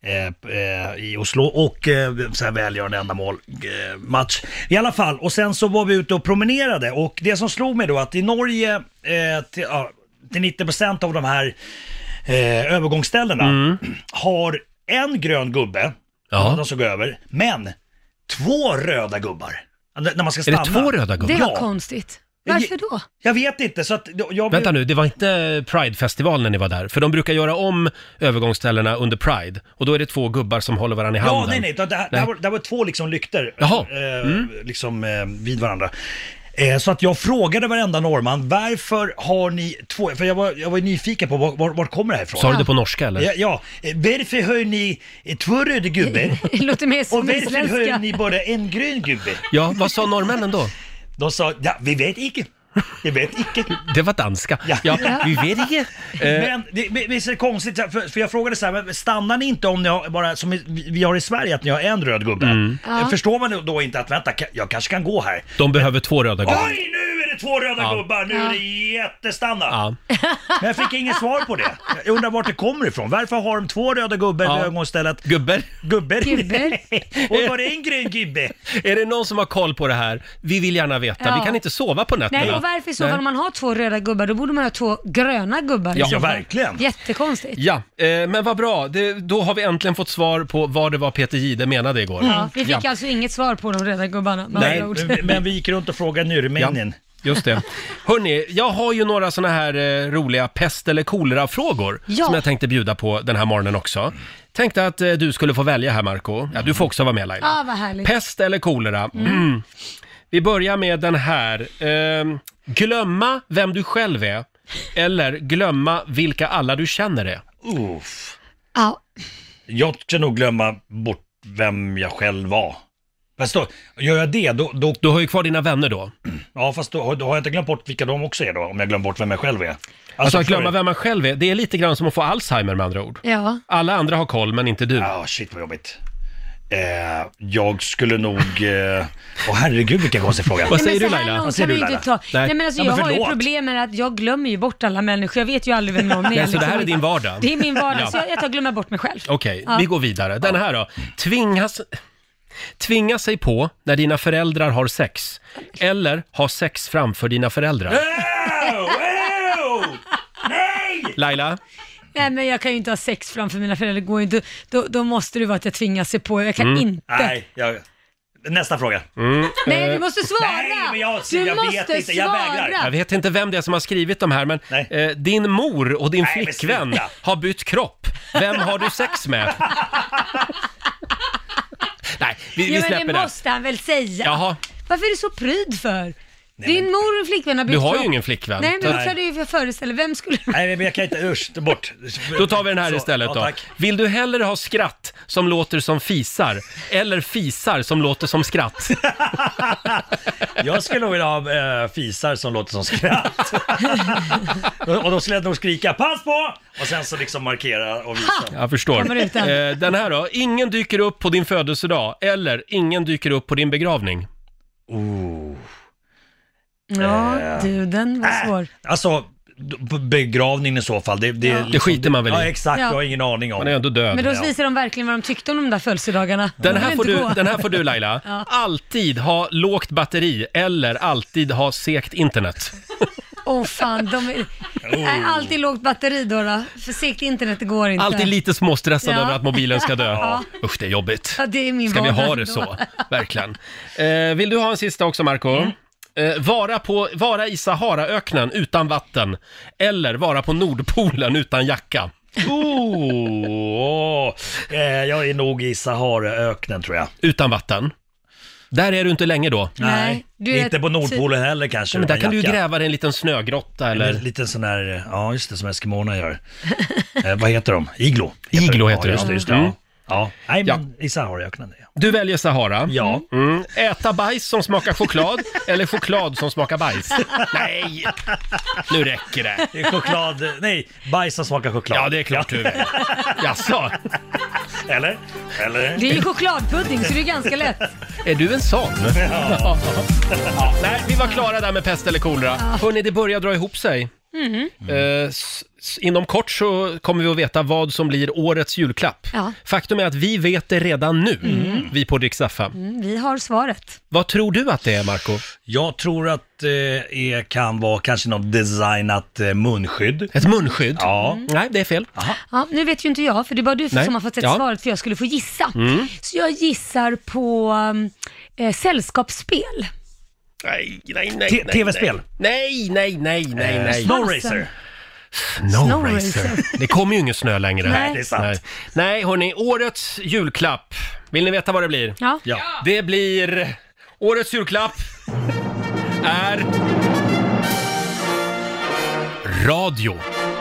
i Oslo och så här välgörande ändamål match i alla fall. Och sen så var vi ute och promenerade och det som slog mig då att i Norge till 90% av de här övergångsställena har en grön gubbe de ska gå över, men 2 röda gubbar när man ska stanna. Är det 2 röda gubbar? Det var konstigt. Varför då? Jag vet inte, så att Vänta nu, det var inte Pride-festival när ni var där? För de brukar göra om övergångsställena under Pride. Och då är det 2 gubbar som håller varandra i handen. Nej. Det var 2 liksom lykter liksom vid varandra. Så att jag frågade varenda norrman, varför har ni 2? För jag var nyfiken på var kommer det här ifrån? Sa du det på norska eller? Ja. Varför har ni 2 röda gubbar? Låter mer som och varför har ni bara en grön gubbe? Ja, vad sa norrmännen då? De sa, vi vet inte. Det var danska. Ja, vi vet inte. Men visst är det konstigt, för jag frågade så här, men stannar ni inte om ni har bara, som vi har i Sverige, att ni har en röd gubbe? Förstår man då inte att, vänta, jag kanske kan gå här? De behöver 2 röda gubbar. Oj, nu är det 2 röda gubbar, nu är det jättestandard. Men jag fick ingen svar på det. Jag undrar vart det kommer ifrån. Varför har de 2 röda gubbar vid ögonstället? Gubbar? Och var det en grön gubbe? Är det någon som har koll på det här? Vi vill gärna veta. Vi kan inte sova på nätterna. Nej, och varför i så fall om man har 2 röda gubbar, då borde man ha 2 gröna gubbar. Ja, verkligen. Jättekonstigt. Ja, men vad bra. Då har vi äntligen fått svar på vad det var Peter Jihde menade igår. Ja, vi fick alltså inget svar på de röda gubbarna. Nej, men vi gick runt och frågade nu Rumänien. Just det. Hörrni, jag har ju några såna här roliga pest- eller kolera-frågor som jag tänkte bjuda på den här morgonen också. Tänkte att du skulle få välja här, Marco. Ja, du får också vara med, Laila. Ja, vad härligt. Pest eller kolera? Vi börjar med den här. Glömma vem du själv är eller glömma vilka alla du känner är. Ja. Jag ska nog glömma bort vem jag själv var. Fast då, gör jag det, då... Du har ju kvar dina vänner då. Ja, fast då har jag inte glömt bort vilka de också är då, om jag glömmer bort vem jag själv är. Alltså att glömma vem man själv är, det är lite grann som att få Alzheimer med andra ord. Ja. Alla andra har koll, men inte du. Ja, shit vad jobbigt. Jag skulle nog... herregud vilken konstig fråga. Vad säger du, Laila? Nej, men alltså, jag har ju problem med att jag glömmer ju bort alla människor. Jag vet ju aldrig vem någon är. Nej, så det här är din vardag? Det är min vardag, så jag tar glömma bort mig själv. Okej, vi går vidare. Den här då. Tvinga sig på när dina föräldrar har sex. Eller ha sex framför dina föräldrar. Nej! Laila? Nej, men jag kan ju inte ha sex framför mina föräldrar. Det går inte. Då måste det vara att jag tvingar sig på. Jag kan inte. Nej, nästa fråga. Nej, du måste svara. Nej, men jag vet inte. Jag vägrar. Jag vet inte vem det är som har skrivit de här, men din mor och din flickvän har bytt kropp. Vem har du sex med? Nej, vi släpper det. Men det måste han väl säga. Jaha. Varför är du så pryd för? Din mor och flickvän har bytt. Du har ju ingen flickvän. Nej, men då kan du ju föreställa. Vem skulle... Nej, men jag kan inte... bort. Då tar vi den här istället då. Tack. Vill du hellre ha skratt som låter som fisar eller fisar som låter som skratt? Jag skulle nog vilja ha fisar som låter som skratt. Och då skulle jag nog skrika pass på! Och sen så liksom markera och visa. Jag förstår. Den här då. Ingen dyker upp på din födelsedag eller ingen dyker upp på din begravning. Ja, den var svår. Alltså, begravningen i så fall. Det skiter man väl i. Ja, exakt. Jag har ingen aning om. Man är ändå död. Men då visar de verkligen vad de tyckte om de där födelsedagarna. Den här får du Laila. Alltid ha lågt batteri eller alltid ha segt internet. Fan, alltid lågt batteri då. För segt internet det går inte. Alltid lite småstressad över att mobilen ska dö. Usch, det är jobbigt. Ja, det är min ska vi ha det så? Verkligen. Vill du ha en sista också, Marco? Vara i Saharaöknen utan vatten eller vara på Nordpolen utan jacka. Jag är nog i Saharaöknen tror jag. Utan vatten? Där är du inte länge då. Nej, inte på Nordpolen heller kanske. Men där kan du gräva dig en liten snögrotta eller... En liten sån här, ja just det, som eskimoerna gör. Vad heter de? Iglo. Iglo heter det. Just det. Ja, nej men i Saharaöknen. Du väljer Sahara. Ja. Äta bajs som smakar choklad eller choklad som smakar bajs? Nej, nu räcker det. Det är choklad, nej, bajs som smakar choklad. Ja, det är klart du väljer. Jaså? Eller? Det är ju chokladpudding så det är ganska lätt. Är du en sån? Ja. Nej, vi var klara där med pest eller kolera. Hörrni, det börjar dra ihop sig. Inom kort så kommer vi att veta vad som blir årets julklapp. Faktum är att vi vet det redan nu, vi på Rix FM. Vi har svaret. Vad tror du att det är, Marco? Jag tror att det kan vara kanske något designat munskydd. Ett munskydd? Ja. Nej, det är fel. Ja, nu vet ju inte jag, för det är bara du som har fått ett svaret för jag skulle få gissa. Så jag gissar på sällskapsspel. Nej. TV-spel? Nej. Snow Racer. Snow Racer. Det kommer ju ingen snö längre. Nej, det är sant. Nej, hörni, årets julklapp. Vill ni veta vad det blir? Ja. Det blir... Årets julklapp är... radio.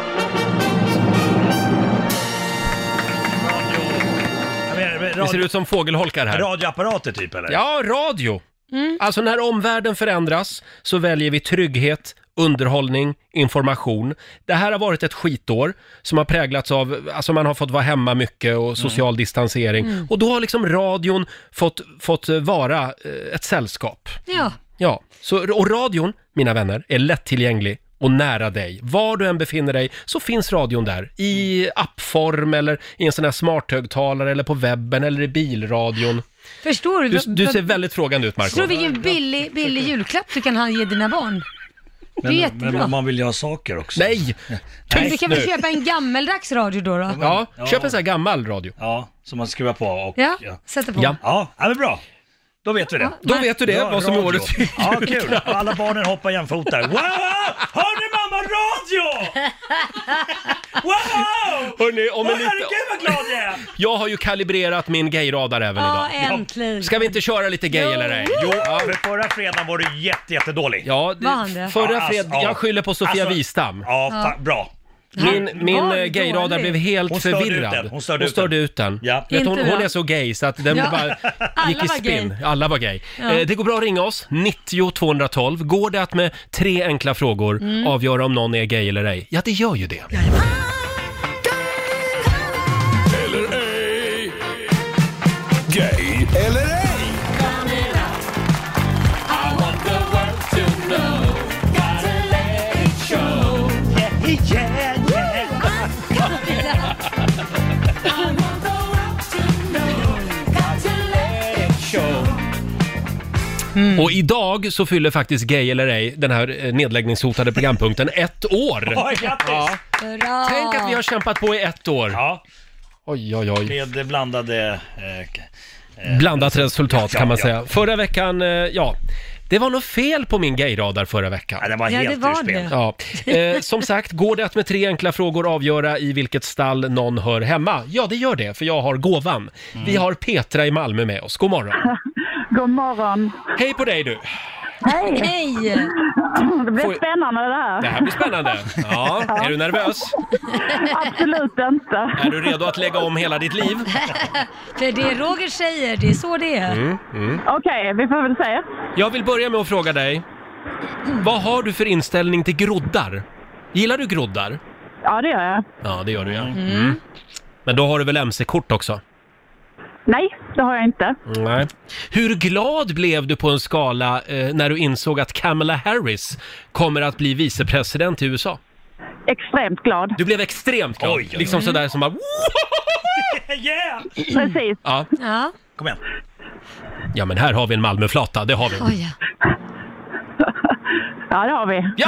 Det ser ut som fågelholkar här. Radioapparater typ, eller? Ja, radio. Alltså när omvärlden förändras så väljer vi trygghet, underhållning, information. Det här har varit ett skitår som har präglats av, alltså man har fått vara hemma mycket och social distansering. Och då har liksom radion fått vara ett sällskap. Ja. Ja, och radion, mina vänner, är lättillgänglig och nära dig. Var du än befinner dig så finns radion där. I appform eller i en sån här smarthögtalare eller på webben eller i bilradion. Förstår du? Du ser väldigt frågande ut, Marco. Förstår du vilken billig julklapp du kan ge dina barn? Det är jättebra. Men man vill ju ha saker också. Nej! Du kan väl köpa en gammeldags radio då? Ja, köp en sån här gammal radio. Ja, som man skruvar på och... sätter på. Ja, men bra. Då vet vi det. Då vet du det, bra, vad som är radio. årets Ja, kul. Alla barnen hoppar jämfota. Wow! Har ni mamma radio? Wow! Hörrni, herregud vad glad jag är! Jag har ju kalibrerat min gayradar även idag. Äntligen. Ska vi inte köra lite gay eller ej? Jo, för förra fredagen var du jättedålig. Ja, förra fredagen, jag skyller på Sofia Wistam. Ja, bra. Min gayradar blev helt förvirrad. Hon störde ut den. Ja. Hon är så gay så att den bara gick i spinn. Alla var gay. Det går bra att ringa oss, 90 212. Går det att med 3 enkla frågor avgöra om någon är gay eller ej? Ja, det gör ju det. Eller ej. Gay eller ej. Och idag så fyller faktiskt Gay eller ej, den här nedläggningshotade programpunkten, 1 år. Tänk att vi har kämpat på i 1 år. Ja. Oj. Med blandade... Blandat resultat kan man säga. Förra veckan, det var nog fel på min gayradar förra veckan. Ja, det var helt urspel. Ja. Som sagt, går det att med 3 enkla frågor avgöra i vilket stall någon hör hemma? Ja, det gör det, för jag har gåvan. Vi har Petra i Malmö med oss. God morgon. God morgon. Hej på dig du. Hej. Hej. Det blir spännande det här. Det här blir spännande. Ja, är du nervös? Absolut inte. Är du redo att lägga om hela ditt liv? För det Roger säger, det är så det är. Okej, vi får väl se. Jag vill börja med att fråga dig. Vad har du för inställning till groddar? Gillar du groddar? Ja, det gör jag. Ja, det gör du, ja. Men då har du väl MC-kort också? Nej, det har jag inte. Nej. Hur glad blev du på en skala när du insåg att Kamala Harris kommer att bli vicepresident i USA? Extremt glad. Du blev extremt glad. Oj. Liksom sådär som bara... Yeah! Precis. Ja. Kom igen. Ja, men här har vi en Malmöflata, det har vi. Oj, Ja, det har vi. Ja!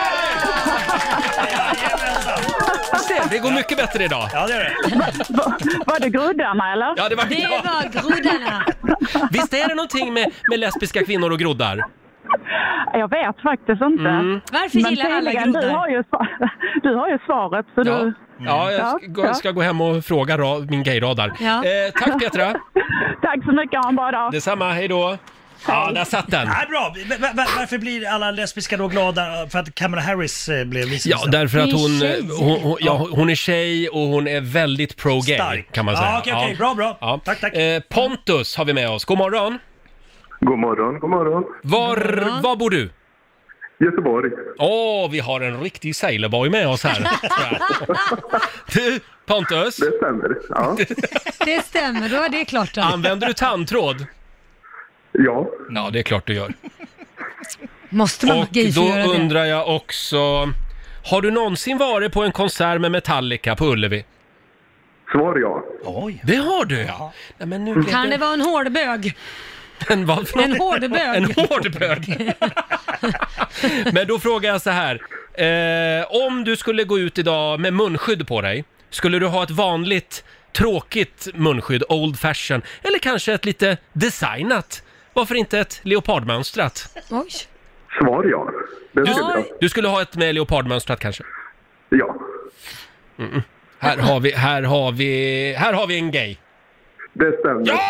Det går mycket bättre idag. Ja, det är det. Var det gruddarna eller? Ja, det var gruddarna. Visst är det någonting med lesbiska kvinnor och groddar? Jag vet faktiskt inte. Varför gillar alla groddar? Du har ju svaret. Så du... Ja, jag ska gå hem och fråga min gayradar. Ja. Tack Petra. Tack så mycket, ha en bra dag. Detsamma, hej då. Ja, där satt den. Ja, bra. Varför blir alla lesbiska då glada för att Kamala Harris blev vicepresident? Ja, därför att hon är tjej och hon är väldigt pro-gay. Stark. Kan man säga. Ja, okej, bra. Ja. Tack. Pontus har vi med oss. God morgon. God morgon. Var bor du? Göteborg. Vi har en riktig sailorboy med oss här. Du, Pontus. Det stämmer, ja. Det stämmer, då är det klart då. Använder du tandtråd? Ja. Ja, det är klart du gör. Måste man och då undrar jag också, har du någonsin varit på en konsert med Metallica på Ullevi? Svar ja. Oj. Det har du, ja. Nej, men nu kan det vara en hårdbög? En hårdbög. En hårdbög. Men då frågar jag så här. Om du skulle gå ut idag med munskydd på dig, skulle du ha ett vanligt tråkigt munskydd, old fashion, eller kanske ett lite designat? Varför inte ett leopardmönstrat? Oj. Svar ja. Du skulle ha ett med leopardmönstrat kanske? Ja. Här har vi en gay. Det stämmer. Ja!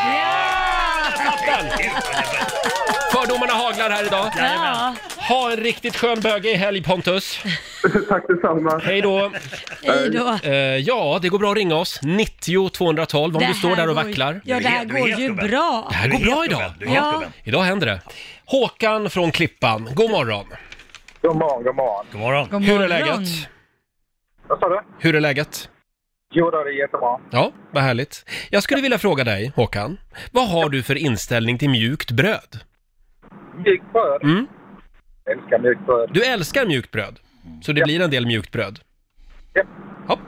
Fördomarna haglar här idag. Ja. Ha en riktigt skön böge i helg, Pontus. Tack detsamma. Hej då. Hej då. Ja, det går bra att ringa oss. 90 212 om du står där och vacklar. Ja, det här går ju bra. Det här går bra idag. Ja. Idag händer det. Håkan från Klippan, god morgon. God morgon. Hur är läget? Vad sa du? Hur är läget? Jo, det är jättebra. Ja, vad härligt. Jag skulle vilja fråga dig, Håkan. Vad har du för inställning till mjukt bröd? Mjukt bröd. Jag älskar mjukt bröd. Du älskar mjukt bröd? Så det blir en del mjukt bröd? Ja. Hopp.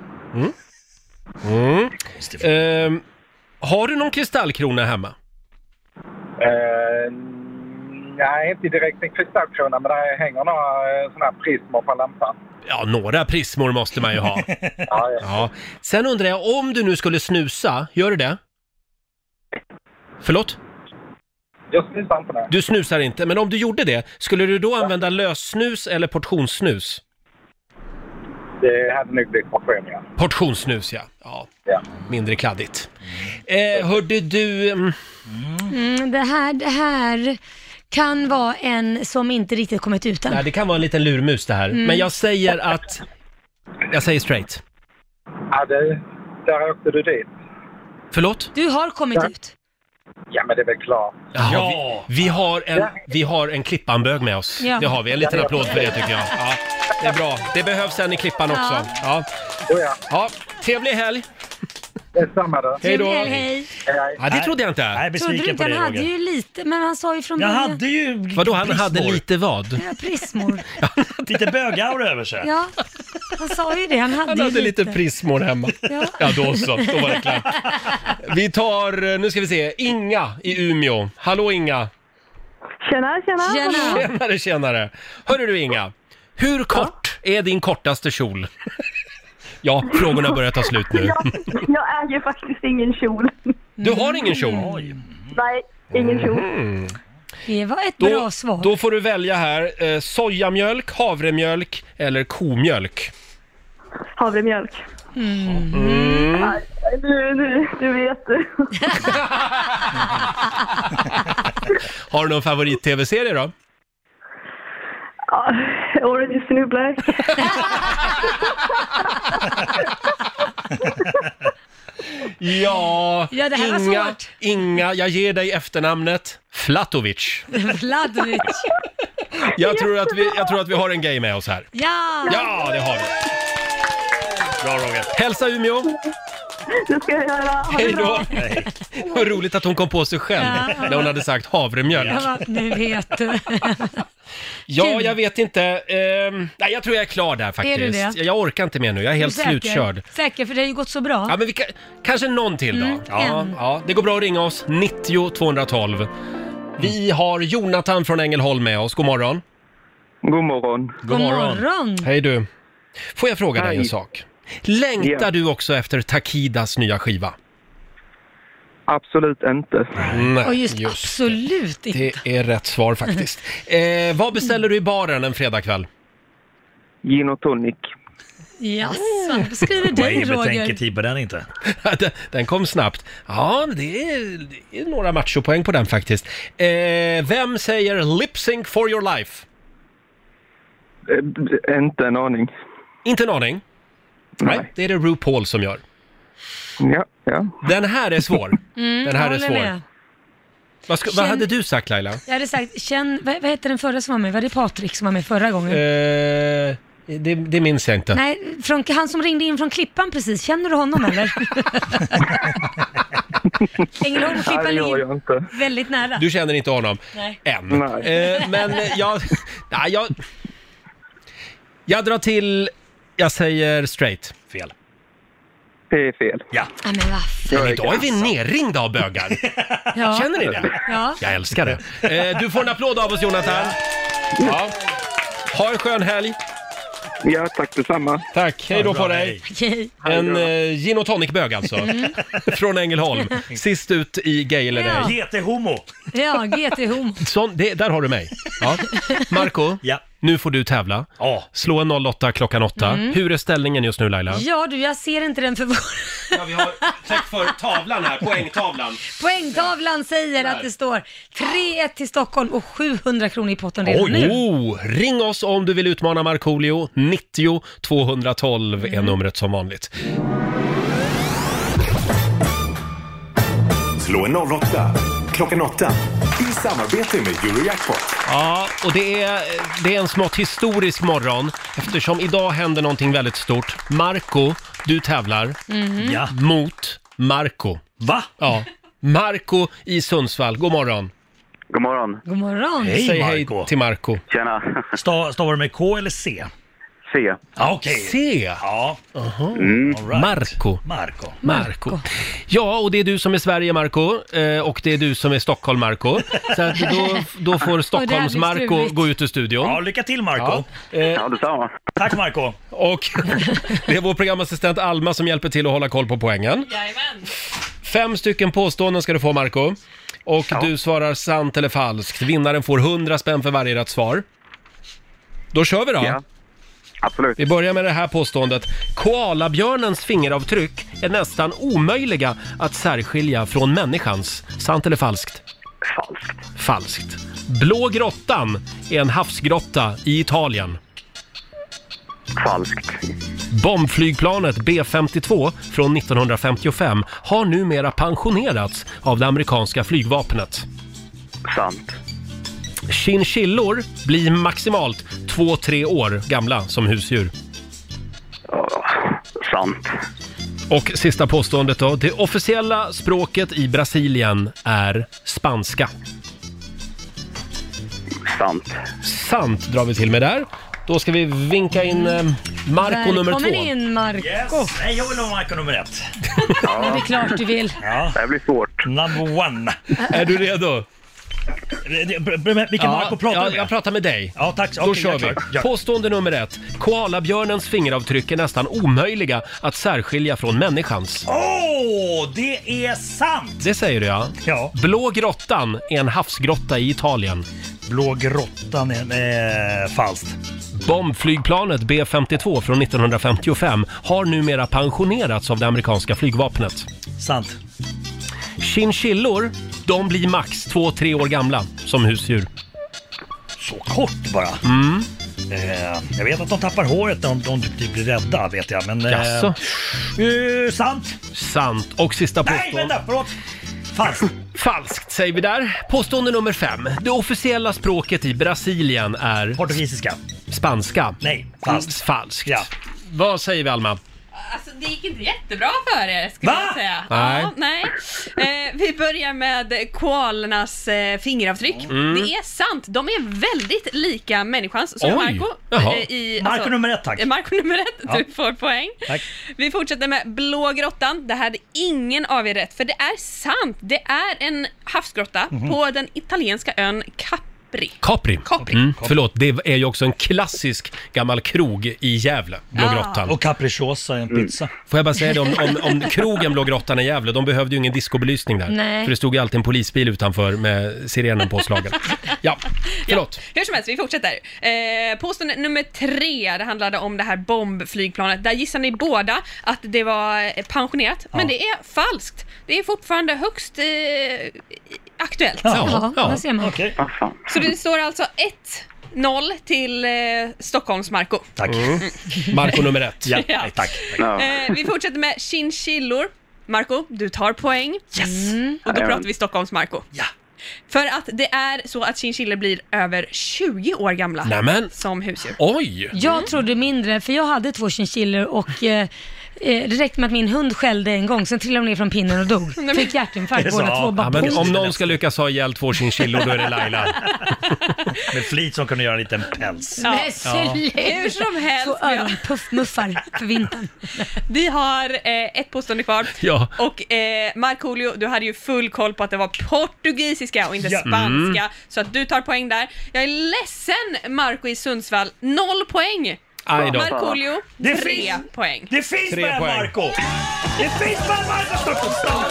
Har du någon kristallkrona hemma? Nej, inte direkt en kristallkrona, men det hänger några såna här prismor på lampan. Ja, några prismor måste man ju ha. Ja. Sen undrar jag, om du nu skulle snusa, gör du det? Förlåt? Jag snusar inte det. Du snusar inte, men om du gjorde det, skulle du då använda lössnus eller portionssnus? Det hade nog blivit portion, ja. Portionssnus, ja. Mindre kladdigt. Hörde du... Det här kan vara en som inte riktigt kommit ut än. Nej, det kan vara en liten lurmus det här. Men jag säger att... Jag säger straight. Ja, där åkte du dit. Förlåt? Du har kommit ut. Ja, men det är väl klart. Ja. Vi har en klippanbög med oss. Ja. Det har vi. En liten applåd för det tycker jag. Ja, det är bra. Det behövs en i klippan också. Ja. Trevlig helg. Detsamma då. Hej då. Hej. Ja, det trodde jag inte. Nej, Trodde du besviken inte? på det, Han hade Roger. ju lite, men han sa ju från Jag början. hade ju Vadå, han prismor. hade lite vad? Ja, prismor. Lite bögaura över sig. Ja, han sa ju det. Han hade, Han hade lite prismor hemma. Ja, då så. Då var det klart. Vi tar, nu ska vi se, Inga i Umeå. Hallå Inga. Tjenare. Hörru du Inga, hur kort är din kortaste kjol? Ja, frågorna börjar ta slut nu. Jag äger faktiskt ingen kjol. Du har ingen kjol? Nej, ingen kjol. Det var ett bra svar. Då får du välja här, sojamjölk, havremjölk eller komjölk. Havremjölk. Nej, du vet. Har du någon favorit-tv-serie då? Orange is the new black. Ja, det här var svårt. Inga, jag ger dig efternamnet Flatovic. Vladovic. Jag tror att vi har en gay med oss här. Ja, det har vi. Bra Roger. Hälsa Umeå. Det ska jag göra. Hej då. Vad roligt att hon kom på sig själv när hon hade sagt havremjölk. Nu vet du. Ja, jag vet inte. Nej, jag tror jag är klar där faktiskt. Är du det? Jag orkar inte mer nu. Jag är helt slutkörd. Säker, för det har ju gått så bra. Ja, men kanske någon till då. Ja, det går bra att ringa oss. 90 212. Vi har Jonathan från Ängelholm med oss. God morgon. God morgon. God morgon. Hej du. Får jag fråga dig en sak? Längtar du också efter Takidas nya skiva? Absolut inte. Nej, Och just absolut inte. Det är rätt svar faktiskt. Vad beställer du i baren en fredagkväll? Gin och tonic. Jaså, beskriver dig Roger. Betänketid på den inte. Den kom snabbt. Ja, det är några machopoäng på den faktiskt. Vem säger lip sync for your life? Inte en aning. Inte en aning? Nej, det är det RuPaul som gör. Ja. Den här är svår. Den här är svår. Med. Vad hade du sagt Laila? Jag hade sagt, vad heter den förra som var med? Var det Patrik som var med förra gången? Det minns jag inte. Nej, han som ringde in från Klippan precis. Känner du honom eller? Ängelholm och Klippan ligger väldigt nära. Du känner inte honom? Nej. Än. Men jag drar till, jag säger straight. Fel. Det är fel. Ja. Men vad Men idag är vi nerringda av bögar. Ja. Känner ni det? Ja. Jag älskar det. Du får en applåd av oss Jonathan. Ja. Ha en skön helg. Ja, tack detsamma. Tack, hej då på dig. Okej. En gin och tonic-bög alltså. Från Ängelholm. Sist ut i Gay eller Ja. dig. GT-homo. Ja, GT-homo. Där har du mig. Ja. Marco, Ja. nu får du tävla. Ja. Slå en 08 klockan 8. Hur är ställningen just nu Laila? Ja du, jag ser inte den för Ja, vi har täckt för tavlan här, poängtavlan. Poängtavlan säger att det står 3-1 till Stockholm och 700 kronor i potten redan nu. Ring oss om du vill utmana Markoolio. 90 212 är numret som vanligt. Slå en 08 klockan 8 i samarbete med Eurojackpot. Ja, och det är en smått historisk morgon eftersom idag händer någonting väldigt stort. Marco, du tävlar Ja. mot Marco. Va? Ja, Marco i Sundsvall. God morgon. God morgon. God morgon. Hej, Säg Marco. hej till Marco. Tjena. Stavar du med K eller C? C. Okej. C. Ja. Aha. Mm. All right. Marco. Ja, och det är du som är Sverige, Marco. Och det är du som är Stockholm, Marco. Så att då får Stockholms Marco gå ut ur studion. Ja, lycka till, Marco. Ja, detsamma. Tack, Marco. Och det är vår programassistent Alma som hjälper till att hålla koll på poängen. Jajamän. 5 stycken påståenden ska du få, Marco. Och du svarar sant eller falskt. Vinnaren får 100 spänn för varje rätt svar. Då kör vi då. Ja, absolut. Vi börjar med det här påståendet. Koalabjörnens fingeravtryck är nästan omöjliga att särskilja från människans. Sant eller falskt? Falskt. Falskt. Blå grottan är en havsgrotta i Italien. Falskt. Bombflygplanet B-52 från 1955 har numera pensionerats av det amerikanska flygvapnet. Sant. Chinchillor blir maximalt 2-3 år gamla som husdjur. Sant. Och sista påståendet då. Det officiella språket i Brasilien är spanska. Sant. Sant drar vi till med där. Då ska vi vinka in Marco nummer 2. Välkommen in, Marco. Yes. Nej, jag vill ha Marco nummer 1. Ja, det är klart du vill. Ja. Det blir svårt. Number 1. Är du redo? Vilken Marco pratar med? Jag pratar med dig. Ja, tack. Då kör vi. Ja. Påstående nummer 1. Koalabjörnens fingeravtryck är nästan omöjliga att särskilja från människans. Det är sant! Det säger du, ja. Ja. Blå grottan är en havsgrotta i Italien. Blå grottan är falskt. Bombflygplanet B-52 från 1955 har numera pensionerats av det amerikanska flygvapnet. Sant. Chinchillor, de blir max 2-3 år gamla som husdjur. Så kort bara. Jag vet att de tappar håret när de blir rädda, vet jag. Men, Jaså? Sant. Sant. Och sista påståendet. Nej, vänta, förlåt. Falskt. Falskt säger vi där. Påstående nummer 5. Det officiella språket i Brasilien är... Portugisiska. Spanska. Nej, falskt. Falskt. Ja. Vad säger vi, Alma? Alltså det gick inte jättebra för er, skulle jag säga. Nej. Ja, nej. Vi börjar med koalernas fingeravtryck. Det är sant, de är väldigt lika människans. Så Marco, Marco nummer 1, tack. Marco nummer 1, du får poäng. Tack. Vi fortsätter med blå grottan. Det hade ingen av er rätt, för det är sant. Det är en havsgrotta på den italienska ön Capri. Förlåt, det är ju också en klassisk gammal krog i Gävle, Blå grottan. Och capricciosa är en pizza. Får jag bara säga det, om krogen Blå grottan i Gävle, de behövde ju ingen discobelysning där. Nej. För det stod ju alltid en polisbil utanför med sirenen påslagen. Ja, förlåt. Hur som helst, vi fortsätter. Påstående nummer 3, det handlade om det här bombflygplanet. Där gissar ni båda att det var pensionerat, men det är falskt. Det är fortfarande högst aktuellt. Ja, ser man. Okay. Så det står alltså 1-0 till Stockholms Marco. Tack. Marco nummer 1. Ja, tack. Vi fortsätter med chinchillor. Marco, du tar poäng. Yes. Och då pratar vi Stockholms Marco. Ja. För att det är så att chinchillor blir över 20 år gamla. Nämen. Som husdjur. Oj! Jag trodde mindre, för jag hade 2 chinchillor och det räckte med att min hund skällde en gång, sen trillade hon ner från pinnen och dog. Fick hjärtinfarkt båda 2. Ja, men om någon ska lyckas ha ihjäl 2 chinchillor, då är det Laila. Med flit som kunde göra en liten päls. Ja. Hur som helst. 2 öronpuffmuffar för vintern. Vi har ett påstående kvar. Ja. Och Markoolio, du hade ju full koll på att det var portugisiska och inte spanska. Så att du tar poäng där. Jag är ledsen, Marco i Sundsvall. 0 poäng. Markoolio, 3 poäng. Det finns 3 bara poäng. Marco! Det finns bara Marco!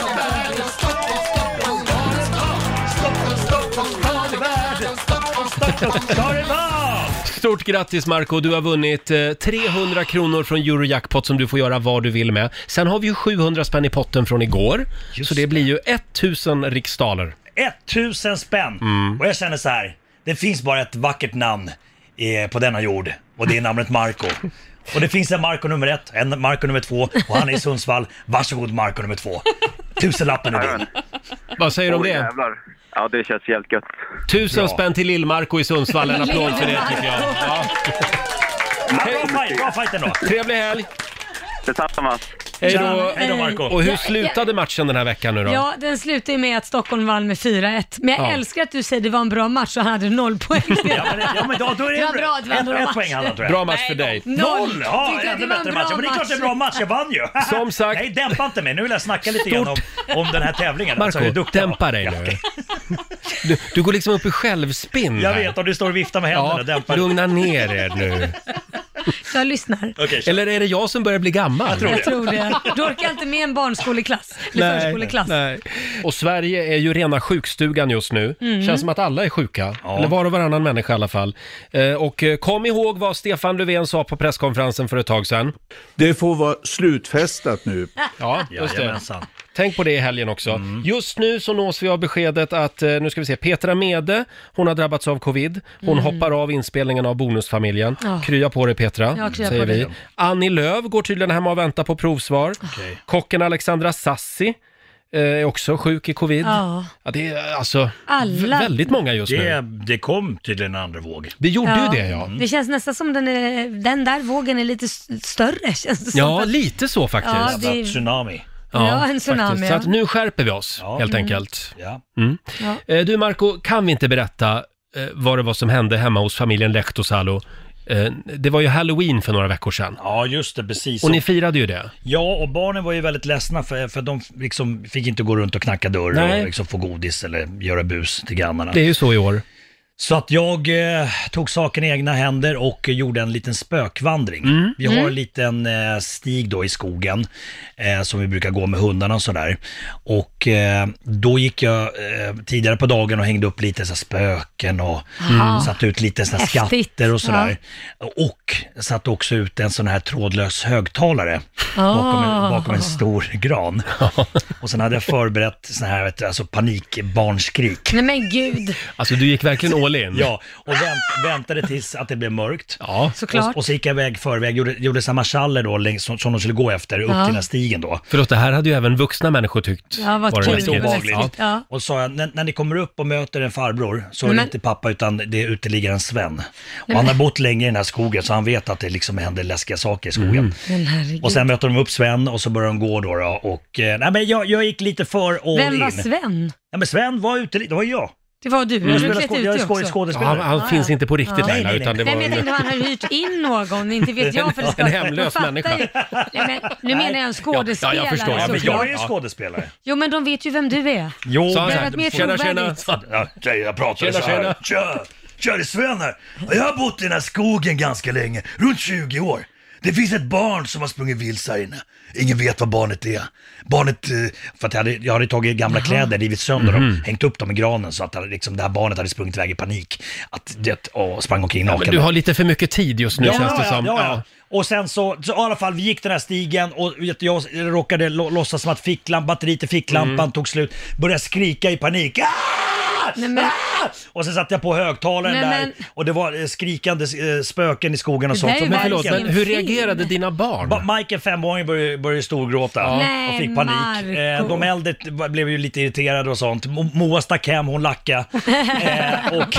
Stort grattis Marco, du har vunnit 300 kronor från Eurojackpot som du får göra vad du vill med. Sen har vi ju 700 spänn i potten från igår. Så det blir ju 1000 riksdaler. 1000 spänn! Och jag känner så här, det finns bara ett vackert namn på denna jord. Och det är namnet Marco. Och det finns en Marco nummer 1, en Marco nummer 2 och han är i Sundsvall. Varsågod Marco nummer 2. 1000-lappen är din. Vad säger du om det? Jävlar. Ja, det känns helt gött. 1000 spänn till Lill-Marco i Sundsvall. En applåd för det tycker jag. Ja. Bra fight ändå. Trevlig helg! Detsamma. Hej då, Marco. Och hur slutade matchen den här veckan nu då? Ja, den slutade ju med att Stockholm vann med 4-1. Men jag älskar att du säger det var en bra match och han hade 0 poäng. Ja, men då är det Det var bra, det var en bra ett match. poäng alla, tror jag. Bra match för dig. 0! Ja, Tyckte att det ännu var en bättre bra match. Men det är klart det är en bra match, jag vann ju. Som sagt. Nej, dämpa inte mig. Nu vill jag snacka lite grann om den här tävlingen. Alltså, hur Marco, duktig jag var. dämpa dig nu. Du går liksom upp i självspinn Jag här. vet, om du står och viftar med händerna. Dämpa dig. Lugna ner er nu. Jag lyssnar. Okej, Eller är det jag som börjar bli gammal? Jag tror det. Du orkar inte med en barnskoleklass. Eller förskoleklass. Nej. Och Sverige är ju rena sjukstugan just nu. Känns som att alla är sjuka. Ja. Eller var och varannan människa i alla fall. Och kom ihåg vad Stefan Löfven sa på presskonferensen för ett tag sedan. Det får vara slutfestat nu. Ja, just det. Jajamensan. Tänk på det i helgen också. Just nu så nås vi av beskedet att, nu ska vi se, Petra Mede, hon har drabbats av covid. Hon hoppar av inspelningen av Bonusfamiljen. Krya på dig Petra, Ja, krya säger på dig. vi. Annie Lööf går tydligen hemma och väntar på provsvar. Okej. Kocken Alexandra Sassi är också sjuk i covid. Ja. Ja, det är alltså Alla. väldigt många just nu. Det kom tydligen en andra våg. Det gjorde ju det, ja. Det känns nästan som den där vågen är lite större. Känns det som. Ja, lite så faktiskt. Ja, det- Tsunami. Ja, en tsunami, faktiskt. Så ja. att nu skärper vi oss, helt enkelt. Ja. Du Marco, kan vi inte berätta vad det var som hände hemma hos familjen Lehtosalo? Det var ju Halloween för några veckor sedan. Ja, just det, precis. Och ni firade ju det. Ja, och barnen var ju väldigt ledsna för de liksom fick inte gå runt och knacka dörr Nej. och liksom få godis eller göra bus till grannarna. Det är ju så i år. Så att jag tog saken i egna händer och gjorde en liten spökvandring. Vi har en liten stig då i skogen som vi brukar gå med hundarna och sådär. Och då gick jag tidigare på dagen och hängde upp lite så här spöken och satte ut lite så här skatter och sådär. Och satte också ut en sån här trådlös högtalare bakom en stor gran. Och sen hade jag förberett sån här, vet du, alltså panikbarnskrik. Nej men gud. Alltså du gick verkligen all in. Ja, och väntade tills att det blev mörkt. Ja. Såklart. Och så gick jag iväg förväg, gjorde samma marschaller då som de skulle gå efter, upp till den här stigen då. Förlåt, det här hade ju även vuxna människor tyckt Ja, vad var kul. läskigt. Det var obehagligt. läskigt. Ja. Och sa jag, när ni kommer upp och möter en farbror så är det inte pappa utan det är uteliggaren Sven. Och han har bott länge i den här skogen så han vet att det liksom händer läskiga saker i skogen. Men herregud. Och sen möter de upp Sven och så börjar de gå då och nej men jag gick lite för all in. Vem var Sven? Nej men Sven var det var jag. Det var du. Jag Du klätt ut är dig också. skådespelare. Ja, han finns inte på riktigt Laila, Nej. utan det Nej, var men jag tänkte han hade hyrt in någon, inte vet jag. För det ska... En hemlös De fattar människa. ju. Nej, men, nu menar jag en skådespelare. Ja, jag förstår. Ja, men såklart. jag är ju skådespelare. Jo, men de vet ju vem du är. Jo, Så han Det sa, är mer tjena, tjena. trovärdigt. Ja, jag pratar Tjena, så här. tjena. Tja, det är Sven här. Jag har bott i den här skogen ganska länge, runt 20 år. Det finns ett barn som har sprungit vilse här inne. Ingen vet vad barnet är. Barnet, för att jag hade tagit gamla kläder, rivit sönder dem, hängt upp dem i granen så att liksom, det här barnet hade sprungit iväg i panik. Och sprang omkring naken. Men du har lite för mycket tid just nu känns det som. Ja. Och sen så i alla fall, vi gick den här stigen och jag råkade låtsas som att batteriet i ficklampan tog slut. Började skrika i panik. Nej, men... Och sen satte jag på högtalaren Nej, där men- och det var skrikande spöken i skogen och Det sånt. där är Så Men förlåt, verkligen men hur fel. reagerade dina barn? Mike, 5-åring, började storgråta Nej, och fick panik. Marco. De äldre blev ju lite irriterade och sånt. Moa stack hem, hon lacka. Och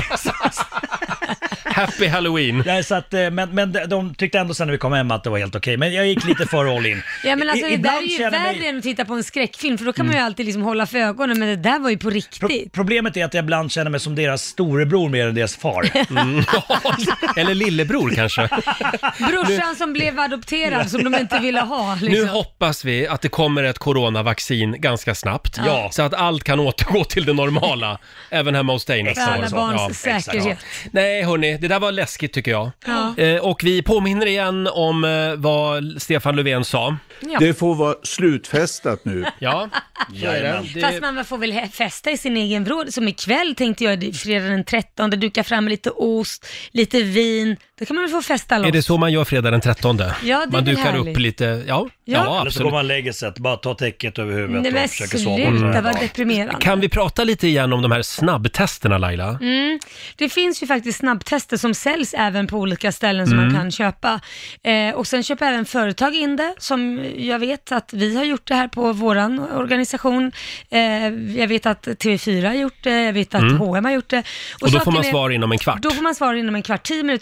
Happy Halloween! nej, så att, men de tyckte ändå sen när vi kom hem att det var helt okej. Men jag gick lite för all in. Ja, men alltså, det där Ibland är ju känner jag värre än att titta på en skräckfilm, för då kan man ju alltid liksom hålla för ögonen, men det där var ju på riktigt. Problemet är att jag ibland känner mig som deras storebror mer än deras far. Eller lillebror kanske. Brorsan som blev adopterad som de inte ville ha. Liksom. Nu hoppas vi att det kommer ett coronavaccin ganska snabbt. Ja. Så att allt kan återgå till det normala. Även hemma hos dig nästa För år. alla Så, barns ja. säkerhet. Nej hörni, det där var läskigt tycker jag. Ja. Och vi påminner igen om vad Stefan Löfven sa. Ja. Det får vara slutfestat nu. Ja, så är det. Fast man får väl festa i sin egen vrå. Som ikväll tänkte jag, det är fredag den 13, duka fram lite ost, lite vin. Då kan man väl få festa loss. Är det så man gör fredag den 13? Ja, det är man väl dukar härligt. upp lite, ja Eller så går absolut. man och lägger sig, bara ta täcket över huvudet Nej men och försöker sova. sluta, vad deprimerande. Kan vi prata lite igen om de här snabbtesterna Laila? Det finns ju faktiskt snabbtester som säljs även på olika ställen som man kan köpa. Och sen köper även företag in det, som jag vet att vi har gjort det här på våran organisation. Jag vet att TV4 har gjort det, jag vet att H&M har gjort det. Och då får saken man är- svar inom en kvart. Då får man svar inom en kvart, 10 minuter, en kvart.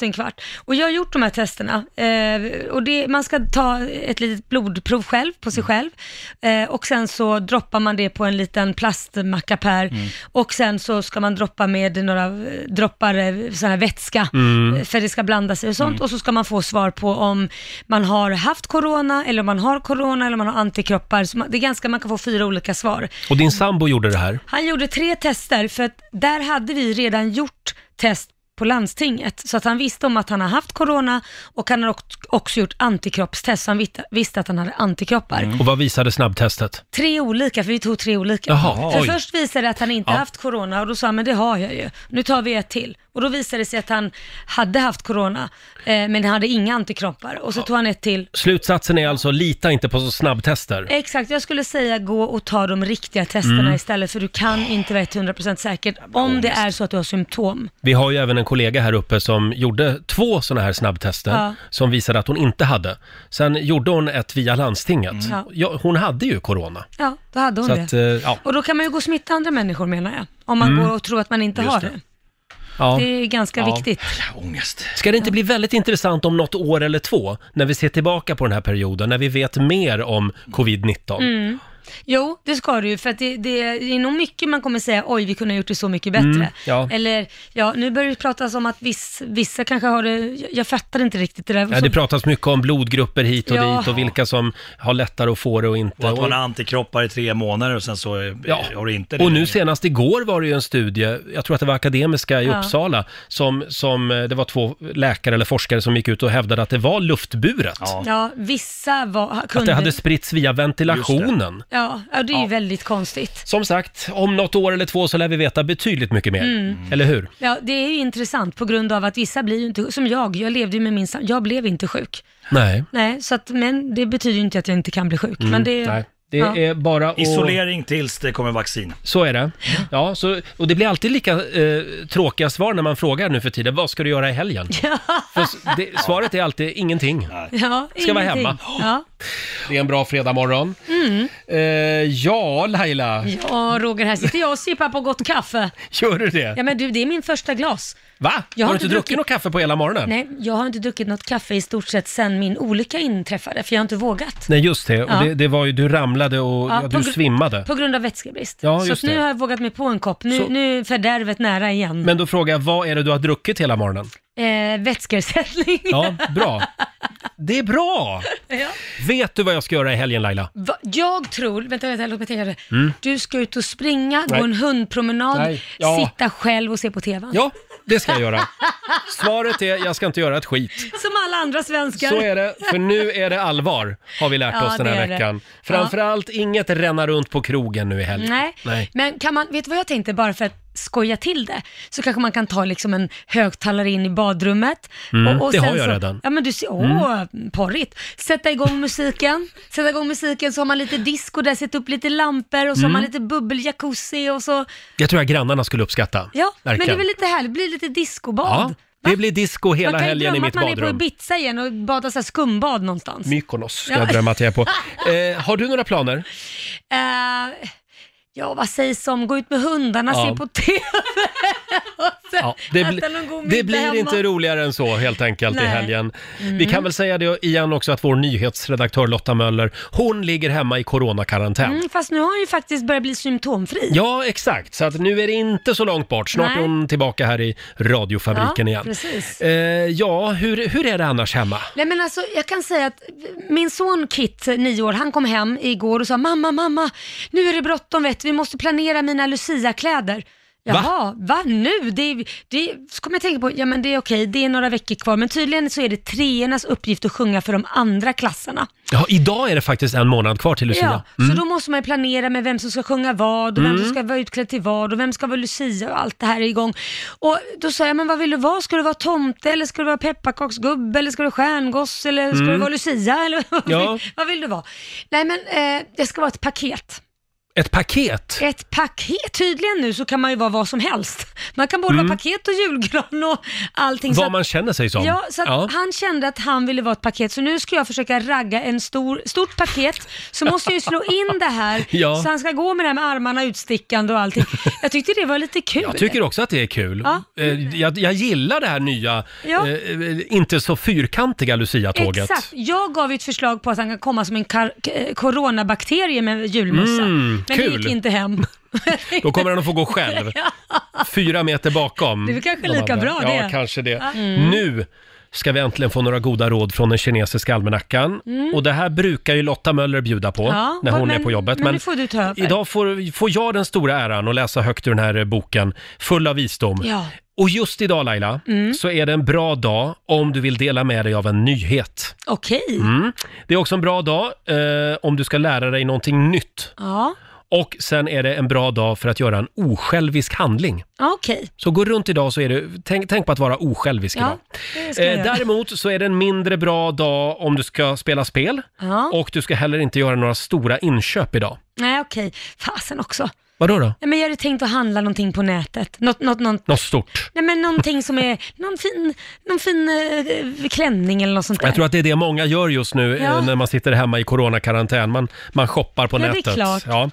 Och jag har gjort de här testerna. Och man ska ta ett litet blodprov själv på sig själv. Och sen så droppar man det på en liten plastmackapär. Och sen så ska man droppa med några droppar sån här vätska. För det ska blanda sig och sånt. Och så ska man få svar på om man har haft corona, eller om man har corona, eller om man har antikroppar. Så det är ganska, man kan få 4 olika svar. Och din sambo gjorde det här? Han gjorde 3 tester, för att där hade vi redan gjort test på landstinget, så att han visste om att han har haft corona, och han har också gjort antikroppstest, så han visste att han hade antikroppar. Och vad visade snabbtestet? 3 olika, för vi tog 3 olika. Jaha, för först visade det att han inte haft corona, och då sa han, men det har jag ju. Nu tar vi ett till. Och då visade det sig att han hade haft corona, men han hade inga antikroppar. Och så tog han ett till. Slutsatsen är alltså, lita inte på så snabbtester. Exakt, jag skulle säga gå och ta de riktiga testerna istället, för du kan inte vara 100% säkert om det är så att du har symptom. Vi har ju även en kollega här uppe som gjorde 2 sådana här snabbtester som visade att hon inte hade. Sen gjorde hon ett via landstinget. Ja, hon hade ju corona. Ja, då hade hon så det. Att, och då kan man ju gå och smitta andra människor, menar jag. Om man går och tror att man inte har det. Ja. Det är ganska viktigt. Ångest. Ska det inte bli väldigt intressant om något år eller 2, när vi ser tillbaka på den här perioden, när vi vet mer om covid-19? Jo, det ska du ju, för att det är nog mycket man kommer säga, oj, vi kunde ha gjort det så mycket bättre. Eller, nu börjar det pratas om att vissa kanske har det, jag fattar inte riktigt det där. Det pratas mycket om blodgrupper hit och dit, och vilka som har lättare att få det och inte. Och att man har antikroppar i 3 månader och sen så har det inte det. Och nu senast igår var det ju en studie, jag tror att det var Akademiska i Uppsala, som det var 2 läkare eller forskare som gick ut och hävdade att det var luftburet. Ja, vissa kunde... Att det hade spritts via ventilationen. Ja, det är ju väldigt konstigt. Som sagt, om något år eller 2 så lär vi veta betydligt mycket mer. Eller hur? Ja, det är ju intressant på grund av att vissa blir ju inte, som jag levde ju med jag blev inte sjuk. Nej, så att, men det betyder ju inte att jag inte kan bli sjuk. Men det... Det är bara isolering tills det kommer vaccin. Så är det. Ja, och det blir alltid lika tråkiga svar när man frågar nu för tiden, vad ska du göra i helgen? För svaret är alltid ingenting. Ska vara hemma. Det är en bra fredagmorgon. Ja, Laila. Ja, Roger, här sitter jag och sippar på gott kaffe. Gör du det? Ja, men du, det är min första glas. Va? Har du inte druckit något kaffe på hela morgonen? Nej, jag har inte druckit något kaffe i stort sett sen min olycka inträffade, för jag har inte vågat. Nej, just det. Och det var ju, du ramlade och du svimmade. På grund av vätskebrist. Ja, så nu har jag vågat mig på en kopp. Nu är fördärvet nära igen. Men då frågar jag, vad är det du har druckit hela morgonen? Vätskeersättning. Ja, bra. Det är bra! Vet du vad jag ska göra i helgen, Laila? Jag tror, vänta, låt mig tänka det. Du ska ut och springa, gå en hundpromenad, sitta själv och se på TV. Ja, det ska jag göra. Svaret är, jag ska inte göra ett skit. Som alla andra svenskar. Så är det, för nu är det allvar, har vi lärt oss den här veckan. Framförallt inget ränna runt på krogen nu i helgen. Nej. Men vet du vad jag tänkte, bara för att skoja till det, så kanske man kan ta liksom en högtalare in i badrummet. Och det har jag redan. Ja, men du ser, porrigt. Sätta igång musiken, så har man lite disco där, sätta upp lite lampor och så har man lite bubbel-jacuzzi och så. Jag tror att grannarna skulle uppskatta. Ja, verkligen. Men det är väl lite härligt, det blir lite discobad. Ja, det blir disco hela helgen i mitt badrum. Man kan ju drömma att man är på Ibiza igen och badar så här skumbad någonstans. Mykonos ska jag drömma att jag är på. Har du några planer? Ja, vad sägs om gå ut med hundarna, se på TV det blir inte roligare än så helt enkelt i helgen. Vi kan väl säga det igen också att vår nyhetsredaktör Lotta Möller, hon ligger hemma i coronakarantän. Fast nu har hon ju faktiskt börjat bli symptomfri. Ja, exakt. Så att nu är det inte så långt bort. Snart är hon tillbaka här i radiofabriken igen. Precis. Hur är det annars hemma? Nej, men alltså, jag kan säga att min son Kit, 9 år, han kom hem igår och sa, mamma, nu är det bråttom, vi måste planera mina Lucia-kläder. Jaha, va nu? Så kommer jag tänka på, ja men det är okej, det är några veckor kvar, men tydligen så är det 3:ornas uppgift att sjunga för de andra klasserna. Ja, idag är det faktiskt 1 månad kvar till Lucia. Ja, så då måste man ju planera med vem som ska sjunga vad och vem som ska vara utklädd till vad och vem ska vara Lucia och allt det här är igång. Och då sa jag, men vad vill du vara? Ska du vara tomte eller ska du vara pepparkaksgubbe eller ska du vara stjärngoss eller ska du vara Lucia eller vad vill du vara? Nej, men det ska vara ett paket. Ett paket? Ett paket. Tydligen nu så kan man ju vara vad som helst. Man kan både vara paket och julgran och allting. Vad man känner sig som. Ja, så att han kände att han ville vara ett paket, så nu ska jag försöka ragga en stort paket, så måste jag ju slå in det här, så han ska gå med det här med armarna utstickande och allting. Jag tyckte det var lite kul. Jag tycker också att det är kul. Ja. Jag gillar det här nya, inte så fyrkantiga Lucia-tåget. Exakt. Jag gav ett förslag på att han kan komma som en coronabakterie med julmussa. Men det gick inte hem. Då kommer han att få gå själv. 4 meter bakom. Det är kanske lika bra det. Ja, kanske det. Nu ska vi äntligen få några goda råd från den kinesiska almanackan. Och det här brukar ju Lotta Möller bjuda på när hon är på jobbet. Men får du ta över. Idag får jag den stora äran att läsa högt ur den här boken, full av visdom. Ja. Och just idag, Laila, så är det en bra dag om du vill dela med dig av en nyhet. Okej. Det är också en bra dag om du ska lära dig någonting nytt. Ja. Och sen är det en bra dag för att göra en osjälvisk handling. Okej. Så gå runt idag så är det, tänk på att vara osjälvisk idag. Däremot så är det en mindre bra dag om du ska spela spel. Och du ska heller inte göra några stora inköp idag. Nej, okej. Fasen också. Vadå då? Nej, men jag hade tänkt att handla någonting på nätet. Något stort? Nej, men någonting som är någon fin klänning eller något sånt där. Jag tror att det är det många gör just nu när man sitter hemma i coronakarantän. Man shoppar på nätet. Det är klart. Ja.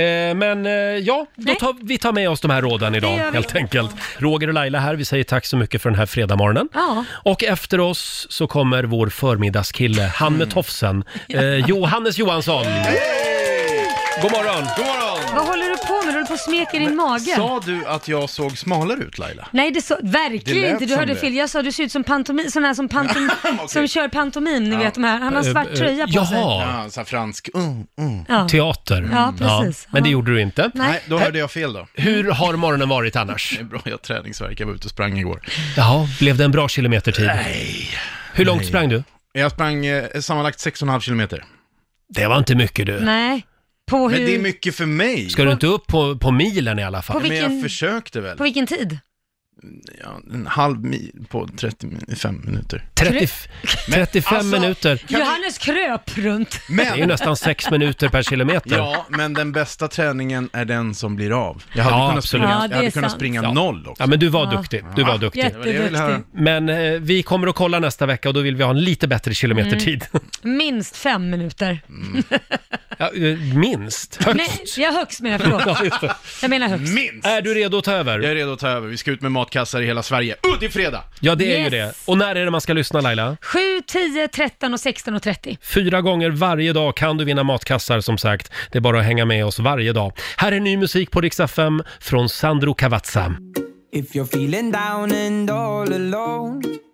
Vi tar med oss de här råden idag helt enkelt. Roger och Laila här, vi säger tack så mycket för den här fredagmorgonen. Ja. Och efter oss så kommer vår förmiddagskille, han med tofsen, Johannes Johansson. God morgon! God morgon! Vad håller du på med? Du håller på att smeka din mage. Sa du att jag såg smalare ut, Laila? Nej, det så verkligen inte. Du hörde fel. Jag sa du ser ut som pantomim, sån här som pantomim, som kör pantomim, ni vet de här. Han har svart tröja på sig. Ja, så här fransk. Teater. Ja, precis. Men det gjorde du inte. Nej, då hörde jag fel då. Hur har morgonen varit annars? Det är bra, jag har träningsvärk. Jag var ute och sprang igår. Ja, blev det en bra kilometertid? Nej. Hur långt sprang du? Jag sprang sammanlagt 6,5 kilometer. Det var inte mycket du. Nej. Men det är mycket för mig. Ska du inte upp på milen i alla fall? Men jag försökte väl. På vilken tid? Ja, en halv mil på 35 minuter. 35 minuter. Johannes kröp runt. Det är ju nästan 6 minuter per kilometer. Ja, men den bästa träningen är den som blir av. Jag hade kunnat springa 0 också. Ja, men du var duktig. Du var duktig. Jätteduktig. Men vi kommer att kolla nästa vecka och då vill vi ha en lite bättre kilometertid. Minst 5 minuter. Ja, minst? Högst? Nej, jag högst menar förlåt. Jag menar högst. Minst! Är du redo att ta över? Jag är redo att ta över. Vi ska ut med matkassar i hela Sverige. Det är fredag! Ja, det är ju det. Och när är det man ska lyssna, Laila? 7, 10, 13 och 16:30. 4 gånger varje dag kan du vinna matkassar, som sagt. Det är bara att hänga med oss varje dag. Här är ny musik på Rix FM från Sandro Cavazza. If you're feeling down and all alone,